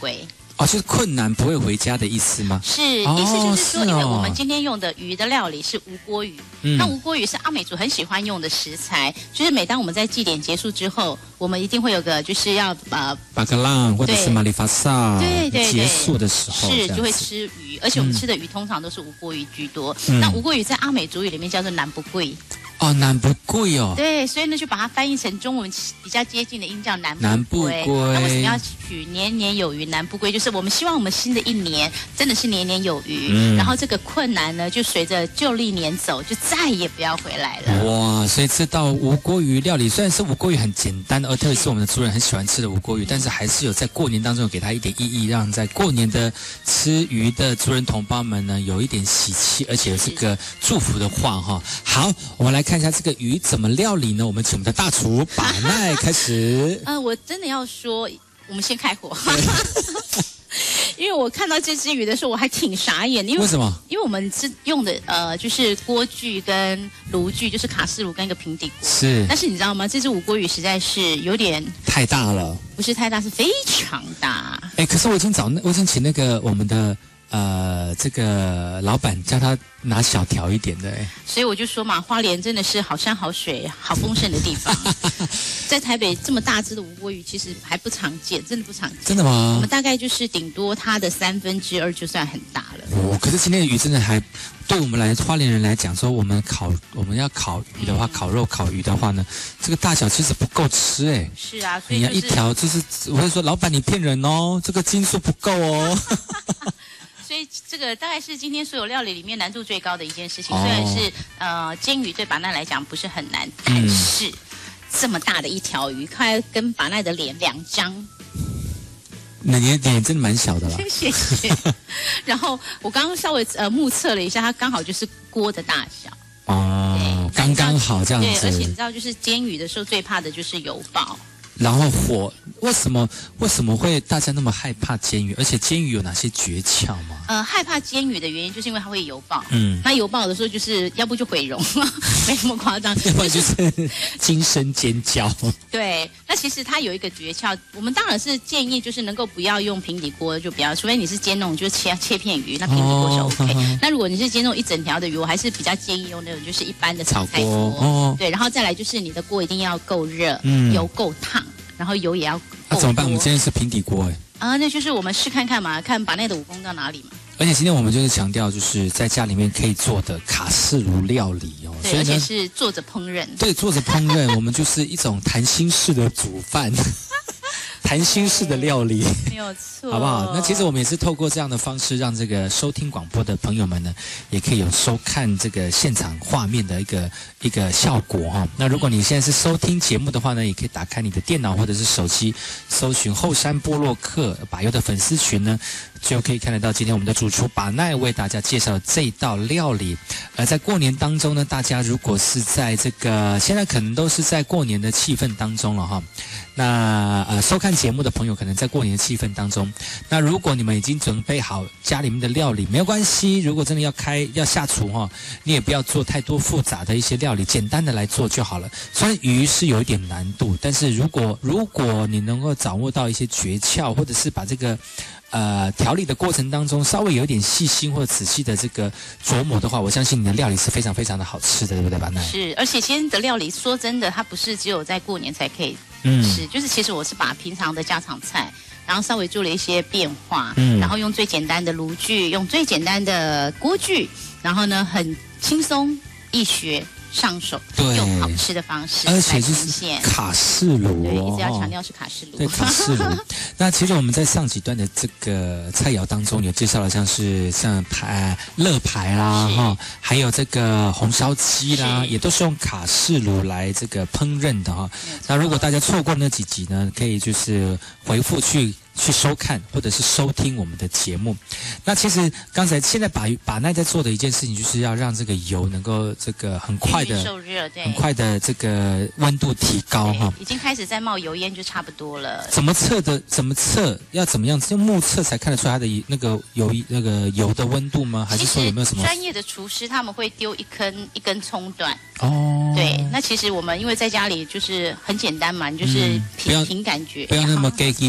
哦，就是困难不会回家的意思吗？ 是， 哦意思就是说， 是哦因为我们今天用的鱼的料理是无锅鱼， 嗯那无锅鱼是阿美族很喜欢用的食材，就是每当我们在祭典结束之后，我们一定会有个就是要呃巴格浪或者是对马里法萨对对对结束的时候， 是就会这样子吃鱼，而且我们吃的鱼通常都是无锅鱼居多。 嗯那无锅鱼在阿美族语里面叫做南不贵， 哦，南不贵哦， 对，所以呢就把它翻译成中文比较接近的音叫南南不不归。 归那为什么要取年年有余南不归？就是我们希望我们新的一年真的是年年有余， 嗯然后这个困难呢就随着旧历年走，就再也不要回来了。 哇，所以这道无锅鱼料理虽然是无锅鱼很简单，而特别是我们的族人很喜欢吃的无锅鱼，但是还是有在过年当中有给它一点意义，让在过年的吃鱼的族人同胞们呢有一点喜气，而且有这个祝福的话哈。好，我们来看一下这个鱼怎么料理呢？我们请我们的大厨把奈开始。 呃，我真的要说，我们先开火。因为我看到这只鱼的时候，我还挺傻眼的，因为为什么？ 因为我们是用的呃，就是锅具跟炉具，就是卡式炉跟一个平底锅。 是但是你知道吗？这只无锅鱼实在是有点太大了。 不是太大，是非常大。 哎，可是我已经找那，我已经请那个我们的呃这个老板叫他拿小条一点的。哎， 所以我就说嘛，花莲真的是好山好水好丰盛的地方。在台北这么大只的无锅鱼其实还不常见，真的不常见。 真的吗？ 我们大概就是顶多它的三分之二就算很大了。 哦，可是今天的鱼真的还对我们来花莲人来讲，说我们烤我们要烤鱼的话，烤肉烤鱼的话呢，这个大小其实不够吃哎。 是啊，所以你要就是一条就是我会说，老板你骗人哦，这个斤数不够哦。 所以这个大概是今天所有料理里面难度最高的一件事情。 哦虽然是呃煎鱼对把奈来讲不是很难， 嗯但是这么大的一条鱼，快跟把奈的脸两张。 那你的脸真的蛮小的啦。 谢谢。然后我刚刚稍微呃目测了一下，它刚好就是锅的大小。 哦，刚刚好这样对，而且你子知。道，就是煎鱼的时候最怕的就是油爆。 然后火为什么为什么会大家那么害怕煎鱼？而且煎鱼有哪些诀窍吗？ 呃，害怕煎鱼的原因就是因为它会油爆。 嗯， 那油爆的时候就是要不就毁容，没那么夸张。 要不然就是惊声尖叫。 对，那其实它有一个诀窍，我们当然是建议就是能够不要用平底锅，就不要，除非你是煎那种就是切切片鱼，那平底锅是 OK。 哦那如果你是煎那种一整条的鱼，我还是比较建议用那种就是一般的炒炒菜锅哦对，然后再来就是你的锅一定要够热， 嗯油够烫，然后油也要够那、怎么办？我们多今天是平底锅哎。 啊，那就是我们试看看嘛，看把内的武功到哪里嘛。 而且今天我们就是强调，就是在家里面可以做的卡式炉料理哦， 对，而且所以呢， 是坐着烹饪。 对，做着烹饪，我们就是一种谈心式的煮饭，谈心式的料理。 没有错， 好不好？那其实我们也是透过这样的方式，让这个收听广播的朋友们呢，也可以有收看这个现场画面的一个一个效果哈、哦。那如果你现在是收听节目的话呢，也可以打开你的电脑或者是手机，搜寻后山部落客把优的粉丝群呢，就可以看得到今天我们的主厨把奈为大家介绍这道料理。而在过年当中呢，大家如果是在这个现在可能都是在过年的气氛当中了哈。那呃，收看节目的朋友可能在过年的气氛当中。那如果你们已经准备好家里面的料理，没有关系。如果真的要开要下厨哈、哦，你也不要做太多复杂的一些料理，简单的来做就好了。虽然鱼是有一点难度，但是如果如果你能够掌握到一些诀窍，或者是把这个呃调理的过程当中稍微有点细心或者仔细的这个琢磨的话，我相信你的料理是非常非常的好吃的，对不对，巴奈？ 是，而且今天的料理说真的，它不是只有在过年才可以嗯吃，就是其实我是把平常的家常菜，然后稍微做了一些变化， 嗯然后用最简单的炉具，用最简单的锅具，然后呢很轻松易学上手对又好吃的方式而且就来呈是现。 卡式炉对，一哦直要强调是卡式炉。 对，卡式炉。那其实我们在上几段的这个菜肴当中，有介绍了像是像排乐排啦， 是哈，还有这个红烧鸡啦， 是也都是用卡式炉来这个烹饪的哈。那如果大家错过那几集呢，可以就是回复去。去收看或者是收听我们的节目。那其实刚才现在把把奈在做的一件事情，就是要让这个油能够这个很快的、 受热，对， 很快的这个温度提高哈。 已经开始在冒油烟，就差不多了。 怎么测的？怎么测？要怎么样？用目测才看得出它的那个油那个油的温度吗？还是说有没有什么专业的厨师他们会丢一根一根葱段？ 哦， 对，那其实我们因为在家里就是很简单嘛，你就是嗯不要凭凭感觉， 不要那么然后 gay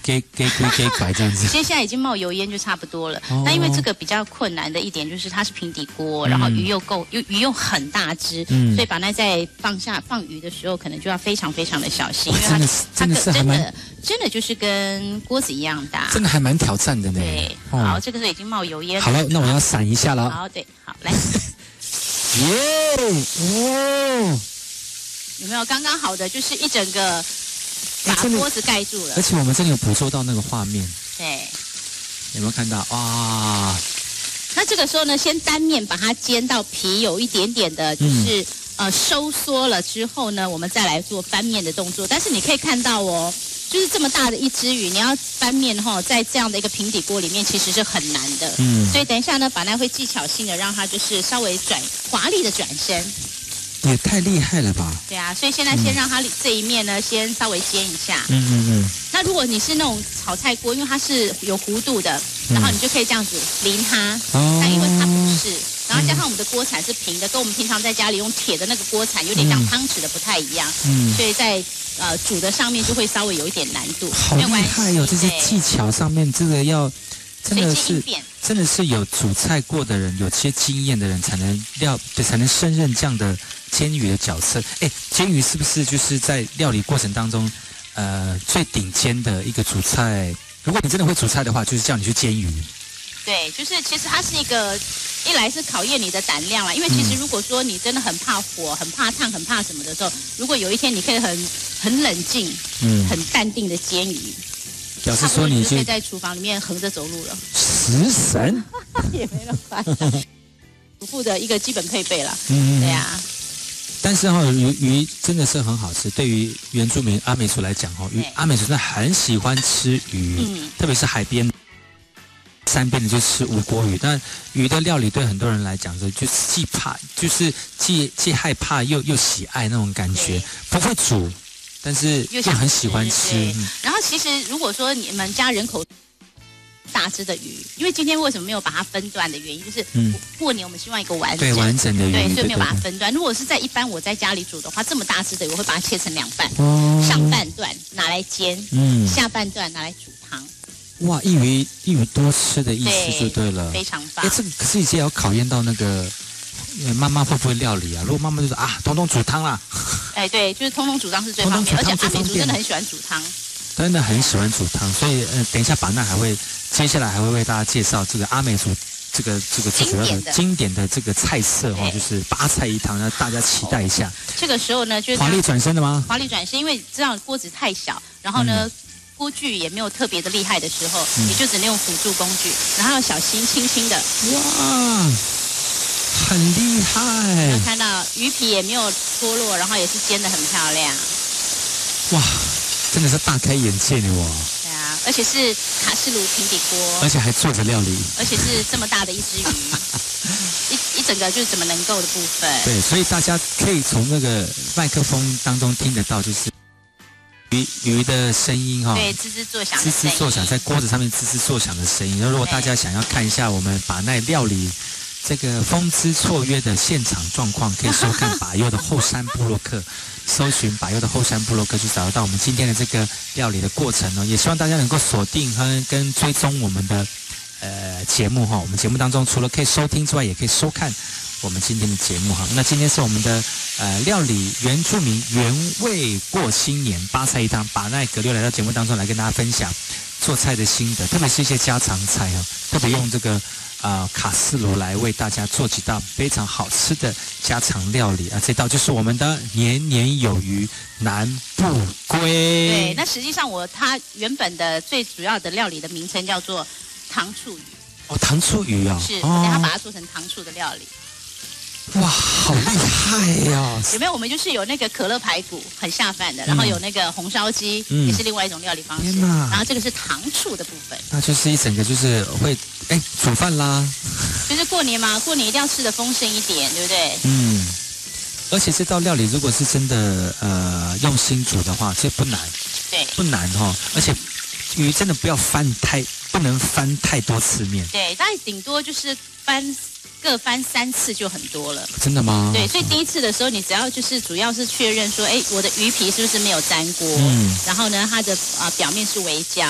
给给给给拐这样子。 其实现在已经冒油烟就差不多了。 哦那因为这个比较困难的一点就是它是平底锅，然后鱼又够，又鱼又很大只， 嗯所以把那在放下放鱼的时候，可能就要非常非常的小心，因为它哇真的是它真的是还蛮真的真的就是跟锅子一样大。 真的还蛮挑战的呢。 对， 哦好，这个时候已经冒油烟了。 好了，那我要闪一下了。 好，对，好来， 耶！哦， 有没有刚刚好的？就是一整个把哎真的锅子盖住了而。且我们真的有捕捉到那个画面， 对， 有没有看到？哇！ 那这个时候呢，先单面把它煎到皮有一点点的，就是、呃收缩了之后呢，我们再来做翻面的动作。但是你可以看到哦，就是这么大的一只鱼，你要翻面哈、哦，在这样的一个平底锅里面其实是很难的。 嗯所以等一下呢，把那会技巧性的让它就是稍微转华丽的转身。 也太厉害了吧！ 对啊，所以现在先让它这一面呢，先稍微煎一下。 嗯嗯嗯， 那如果你是那种炒菜锅，因为它是有弧度的，然后你就可以这样子淋它。 哦但因为它不是，然后加上我们的锅铲是平的，跟我们平常在家里用铁的那个锅铲有点像汤匙的不太一样， 嗯所以在呃煮的上面就会稍微有一点难度。 好厉没有关系害哟、这些对技巧上面，这个要真的是随机应变真的是有煮菜过的人，有些经验的人才能料，对，才能胜任这样的煎鱼的角色。哎，煎鱼是不是就是在料理过程当中，呃，最顶尖的一个煮菜？如果你真的会煮菜的话，就是叫你去煎鱼。 对，就是其实它是一个，一来是考验你的胆量啦，因为其实如果说你真的很怕火、很怕烫、很怕什么的时候，如果有一天你可以很很冷静、 嗯， 很淡定的煎鱼， 表示差不多说你就你就可以在厨房里面横着走路了， 食神。 也没那么夸张。主妇的一个基本配备啦， 嗯， 对啊， 但是哈、鱼鱼真的是很好吃。对于原住民阿美族来讲哈、鱼对阿美族真的很喜欢吃鱼， 嗯特别是海边、山边的就吃无锅鱼。但鱼的料理对很多人来讲，就是既怕，就是既既害怕又又喜爱那种感觉对。 不会煮，但是又又想很喜欢吃。 对嗯然后其实如果说你们家人口大只的鱼，因为今天为什么没有把它分段的原因，就是嗯过年我们希望一个完整对完整的鱼， 对，所以没有把它对分段。如果是在一般我在家里煮的话，这么大只的鱼，我会把它切成两半， 哦上半段拿来煎， 嗯下半段拿来煮汤， 哇，一鱼一鱼多吃的意思就对了。 非常棒哎，。这个可是也要考验到那个呃妈妈会不会料理啊？如果妈妈就说啊，统统煮汤啦， 哎，对，就是通通煮汤是最通通方便，而且阿美煮汤最方便族真的很喜欢煮汤。 真的很喜欢煮汤，所以呃，等一下把那还会接下来还会为大家介绍这个阿美族这个这个最主要的经典的经典的这个菜色哈、哦， 对就是八菜一汤，让大家期待一下。 这个时候呢，就是华丽转身的吗？ 华丽转身，因为知道锅子太小，然后呢。 嗯锅具也没有特别的厉害的时候，你就只能用辅助工具，然后要小心轻轻的。 哇，很厉害有！看到鱼皮也没有脱落，然后也是煎得很漂亮。 哇，真的是大开眼界呢我， 对啊，而且是卡式炉平底锅， 而且还做着料理。 而且是这么大的一只鱼，一一整个就是怎么能够的部分。 对，所以大家可以从那个麦克风当中听得到，就是鱼鱼的声音哈、哦。 对，滋滋作响滋的声音。 滋作响，在锅子上面滋滋作响的声音。那如果大家想要看一下我们把奈料理这个风姿绰约的现场状况，可以收看把右的后山部落客，搜寻把右的后山部落客，就找得到我们今天的这个料理的过程哦。也希望大家能够锁定和跟追踪我们的呃节目哈、哦。我们节目当中除了可以收听之外，也可以收看我们今天的节目哈。那今天是我们的呃料理原住民原味过新年八菜一汤，把奈格六来到节目当中来跟大家分享做菜的心得，特别是一些家常菜哦，特别用这个呃卡式炉来为大家做几道非常好吃的家常料理啊。这道就是我们的年年有余南部龟。 对，那实际上我它原本的最主要的料理的名称叫做糖醋鱼， 哦，糖醋鱼哦， 是， 哦等一下把它做成糖醋的料理。 哇，好厉害呀、 有没有？我们就是有那个可乐排骨，很下饭的，然后有那个红烧鸡， 嗯也是另外一种料理方式。 天哪然后这个是糖醋的部分， 那就是一整个就是会哎煮饭啦， 就是过年嘛，过年一定要吃的丰盛一点，对不对？ 嗯，而且这道料理如果是真的呃用心煮的话，这不难对不难哈、哦，而且鱼真的不要翻太不能翻太多次面， 对，大概顶多就是翻各翻三次就很多了。 真的吗？ 对，所以第一次的时候，你只要就是主要是确认说，哎，我的鱼皮是不是没有粘锅？ 嗯然后呢，它的啊、呃表面是微焦，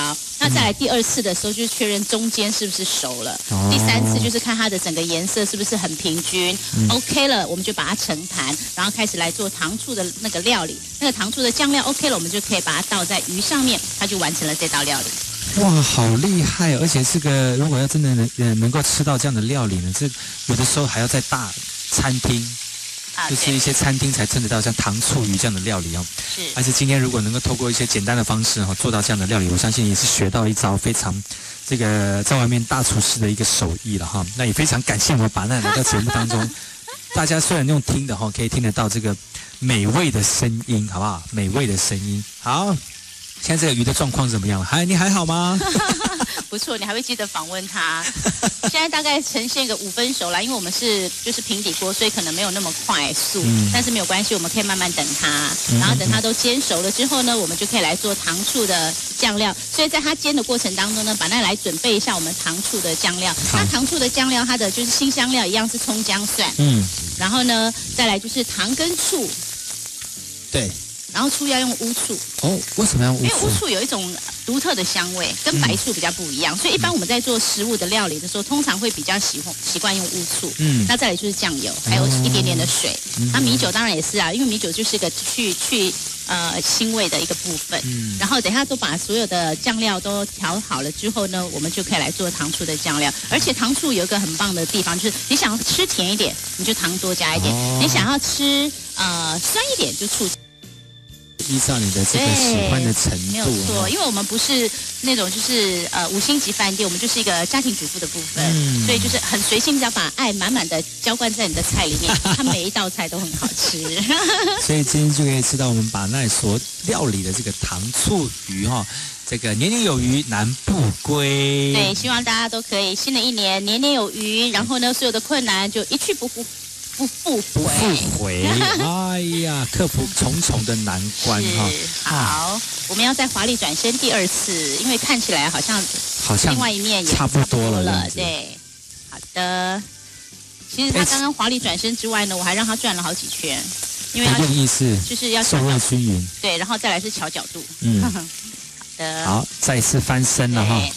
那再来第二次的时候，就是确认中间是不是熟了。 哦第三次就是看它的整个颜色是不是很平均、 嗯、 ，OK 了，我们就把它盛盘，然后开始来做糖醋的那个料理。那个糖醋的酱料 OK 了，我们就可以把它倒在鱼上面，它就完成了这道料理。 哇，好厉害！而且这个如果要真的能呃能够吃到这样的料理呢，这有的时候还要在大餐厅。 啊、 就是一些餐厅才称得到像糖醋鱼这样的料理哦。 是。 但是今天如果能够透过一些简单的方式哈、哦、做到这样的料理，我相信也是学到一招非常这个在外面大厨师的一个手艺了哈。那也非常感谢我们把奈来到节目当中，大家虽然用听的哈，可以听得到这个美味的声音，好不好？美味的声音。好，现在这个鱼的状况怎么样？还你还好吗？ 不错，你还会记得访问他。现在大概呈现一个五分熟啦，因为我们是就是平底锅，所以可能没有那么快速，嗯、但是没有关系，我们可以慢慢等它，然后等它都煎熟了之后呢，我们就可以来做糖醋的酱料。所以在它煎的过程当中呢，把那来准备一下我们糖醋的酱料。那糖醋的酱料，它的就是辛香料一样是葱姜蒜，嗯，然后呢，再来就是糖跟醋， 对。 然后醋要用乌醋哦，为什么要乌醋？ 因为乌醋有一种独特的香味，跟白醋比较不一样，嗯、所以一般我们在做食物的料理的时候，通常会比较喜欢习惯用乌醋。嗯，那再来就是酱油，还有一点点的水。嗯、那米酒当然也是啊，因为米酒就是一个去去呃腥味的一个部分。嗯，然后等一下都把所有的酱料都调好了之后呢，我们就可以来做糖醋的酱料。而且糖醋有一个很棒的地方，就是你想要吃甜一点，你就糖多加一点；哦、你想要吃呃酸一点，就醋。 依照你的这个喜欢的程度， 没有错，因为我们不是那种就是呃五星级饭店，我们就是一个家庭主妇的部分，嗯、所以就是很随性，只要把爱满满的浇灌在你的菜里面，它每一道菜都很好吃。 所以今天就可以吃到我们把奈所料理的这个糖醋鱼哈、哦，这个年年有余难不归。 对，希望大家都可以新的一年年年有余，然后呢，所有的困难就一去不复。不复不复回，哎呀，克服重重的难关哈。 好，啊、我们要再华丽转身第二次，因为看起来好像好像另外一面也差不多了， 了对，好的。其实他刚刚华丽转身之外呢，我还让他转了好几圈，因为他意思就是要受热均匀。 对，然后再来是调角度。嗯，好的。 好，再一次翻身了哈。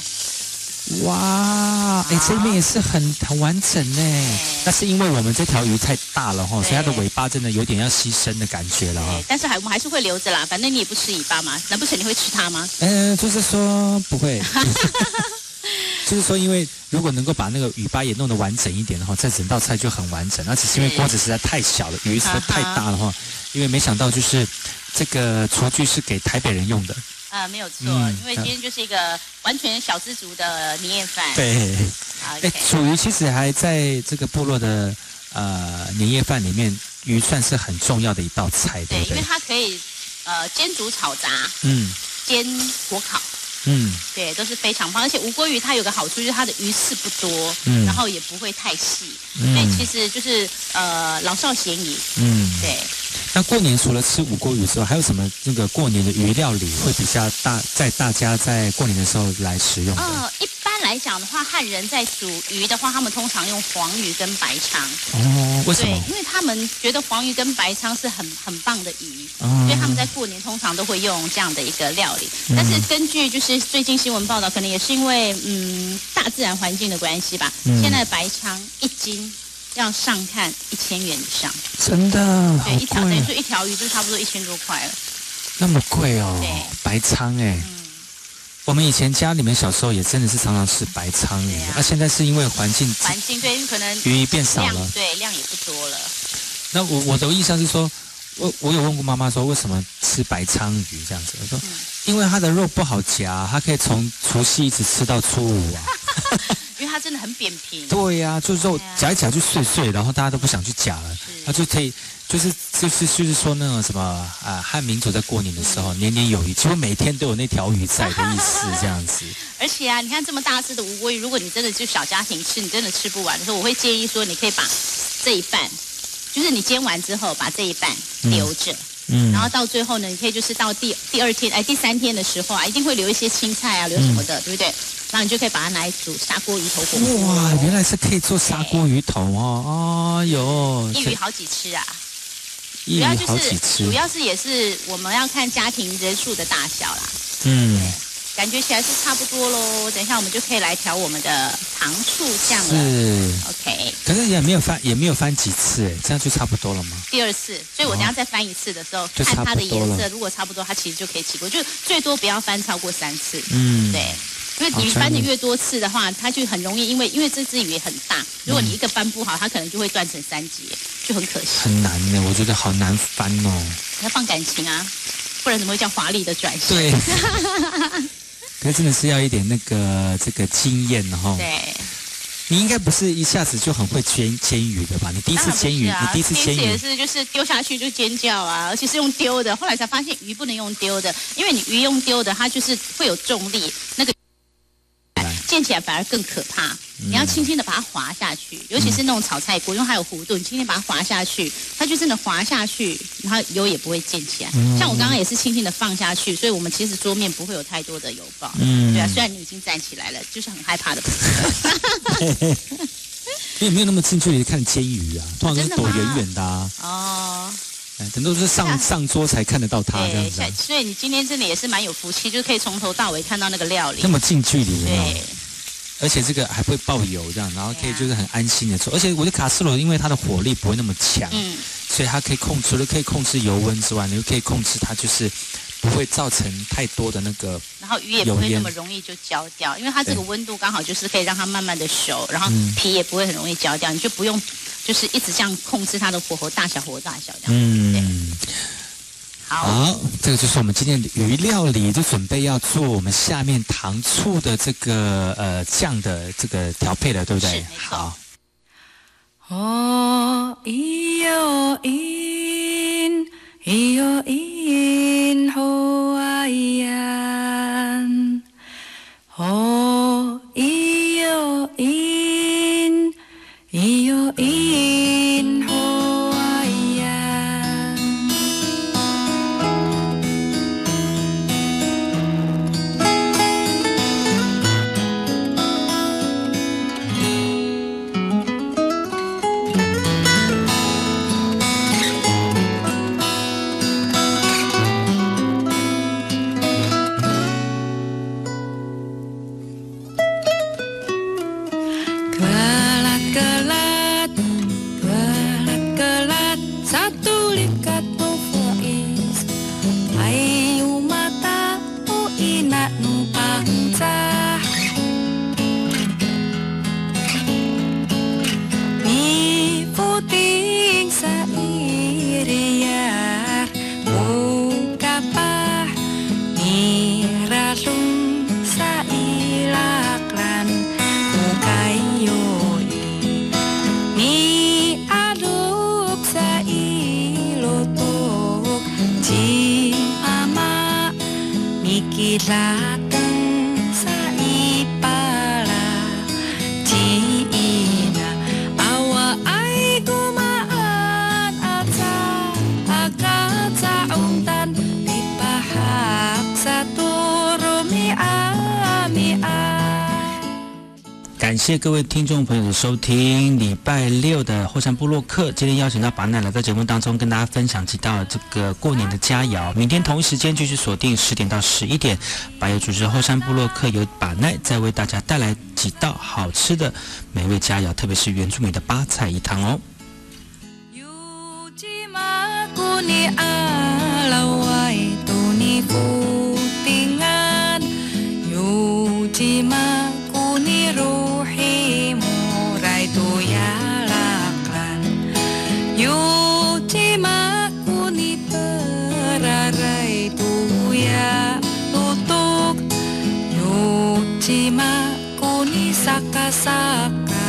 哇，哎，这边也是很很完整呢。那是因为我们这条鱼太大了哈，所以它的尾巴真的有点要牺牲的感觉了哈。 但是还我们还是会留着啦，反正你也不吃尾巴嘛。难不成你会吃它吗？ 嗯、呃，就是说不会。就是说，因为如果能够把那个尾巴也弄得完整一点的话，这整道菜就很完整。那只是因为锅子实在太小了，鱼实在太大了哈。因为没想到就是这个厨具是给台北人用的。 啊、呃，没有错，嗯、因为今天就是一个完全小资族的年夜饭。 对， 哎， 煮鱼其实还在这个部落的呃年夜饭里面，鱼算是很重要的一道菜，对不对？ 对，因为它可以呃煎煮炒炸， 嗯， 煎火烤。嗯，对，都是非常棒，而且无锅鱼它有个好处就是它的鱼刺不多，嗯，然后也不会太细，嗯、所以其实就是呃老少咸宜，嗯，对。 那过年除了吃五锅鱼之外，还有什么那个过年的鱼料理会比较大，在大家在过年的时候来食用的？ 呃，一般来讲的话，汉人在煮鱼的话，他们通常用黄鱼跟白鲳。 哦，为什么？ 对，因为他们觉得黄鱼跟白鲳是很很棒的鱼，哦、所以他们在过年通常都会用这样的一个料理。嗯、但是根据就是最近新闻报道，可能也是因为嗯大自然环境的关系吧，嗯、现在白鲳一斤要上看一千元以上， 真的， 对，一条等于说一条鱼就差不多一千多块了， 那么贵哦， 对， 白鲳哎，嗯、我们以前家里面小时候也真的是常常吃白鲳鱼，那、啊啊、现在是因为环境环境对，因为可能鱼变少了， 对，量也不多了。 那我我的印象是说，我我有问过妈妈说为什么吃白鲳鱼这样子，我说、嗯、因为它的肉不好夹，它可以从除夕一直吃到初五啊。 因为它真的很扁平。 对呀、啊，就肉夹一夹就碎碎，然后大家都不想去夹了，它就可以，就是就是就是说那种什么啊，汉民族在过年的时候、嗯、年年有余，几乎每天都有那条鱼在的意思，这样子。 而且啊，你看这么大只的无锅鱼，如果你真的就小家庭吃，你真的吃不完的时候，我会建议说，你可以把这一半，就是你煎完之后把这一半留着。嗯嗯，然后到最后呢，你可以就是到第第二天，哎，第三天的时候啊，一定会留一些青菜啊，留什么的，嗯、对不对？然后你就可以把它拿来煮砂锅鱼头火锅。 哇，原来是可以做砂锅鱼头哦！哎呦， 一鱼好几吃啊！ 一鱼好几吃， 主要是也是我们要看家庭人数的大小啦。 嗯， 感觉起来是差不多喽。等一下我们就可以来调我们的糖醋酱了。 是 ，OK。 可是也没有翻，也没有翻几次，哎，这样就差不多了吗？ 第二次，所以我等一下再翻一次的时候， 哦、 看它的颜色，如果差不多，它其实就可以起锅，就最多不要翻超过三次。嗯，对。因为你翻的越多次的话，它就很容易，因为因为这只鱼很大，如果你一个翻不好，它可能就会断成三节，就很可惜。 很难呢，我觉得好难翻哦。 要放感情啊，不然怎么会叫华丽的转身？ 对。可是真的是要一点那个这个经验哈。 对。 你应该不是一下子就很会煎煎鱼的吧？你第一次煎鱼， 啊、 你第一次煎鱼也是就是丢下去就尖叫啊，而且是用丢的。后来才发现鱼不能用丢的，因为你鱼用丢的，它就是会有重力，那个。溅起来反而更可怕，你要轻轻的把它滑下去，尤其是那种炒菜锅，因为它有弧度，你轻轻把它滑下去，它就真的滑下去，然后油也不会溅起来。嗯、像我刚刚也是轻轻的放下去，所以我们其实桌面不会有太多的油包。嗯，对啊，虽然你已经站起来了，就是很害怕的部分。 因为没有那么近距离看煎鱼啊，通常都是躲远远的啊。 哦。 很多都是上上桌才看得到它这样子、啊， 所以你今天真的也是蛮有福气，就可以从头到尾看到那个料理， 那么近距离， 对， 而且这个还不会爆油这样，然后可以就是很安心的做，而且我的卡式炉因为它的火力不会那么强，嗯，所以它可以控除了可以控制油温之外，你又可以控制它就是不会造成太多的那个， 然后鱼也不会那么容易就焦掉，因为它这个温度刚好就是可以让它慢慢的熟，然后皮也不会很容易焦掉，你就不用。就是一直这样控制它的火候大小，火候大小这样。嗯，好， 好，这个就是我们今天的鱼料理，就准备要做我们下面糖醋的这个呃酱的这个调配了，对不对？ 是，没错。 好。 哦，咿哟咿，咿哟咿，吼啊咿呀，哦，咿哟咿。咿哟咿吼啊呀，datang sa ipala Tiina awa ay gumaan at sa agad sa untan Di pahak sa turo mi-a-mi-a 感谢各位听众朋友的收听，礼拜六的后山部落客，今天邀请到把奈来到节目当中跟大家分享几道这个过年的佳肴。明天同一时间继续锁定十点到十一点，把友主持后山部落客由把奈再为大家带来几道好吃的美味佳肴，特别是原住民的八菜一汤哦。 Ruhi murai tuyalaklan Yutima kuni perarai tuya tutuk Yutima kuni saka-saka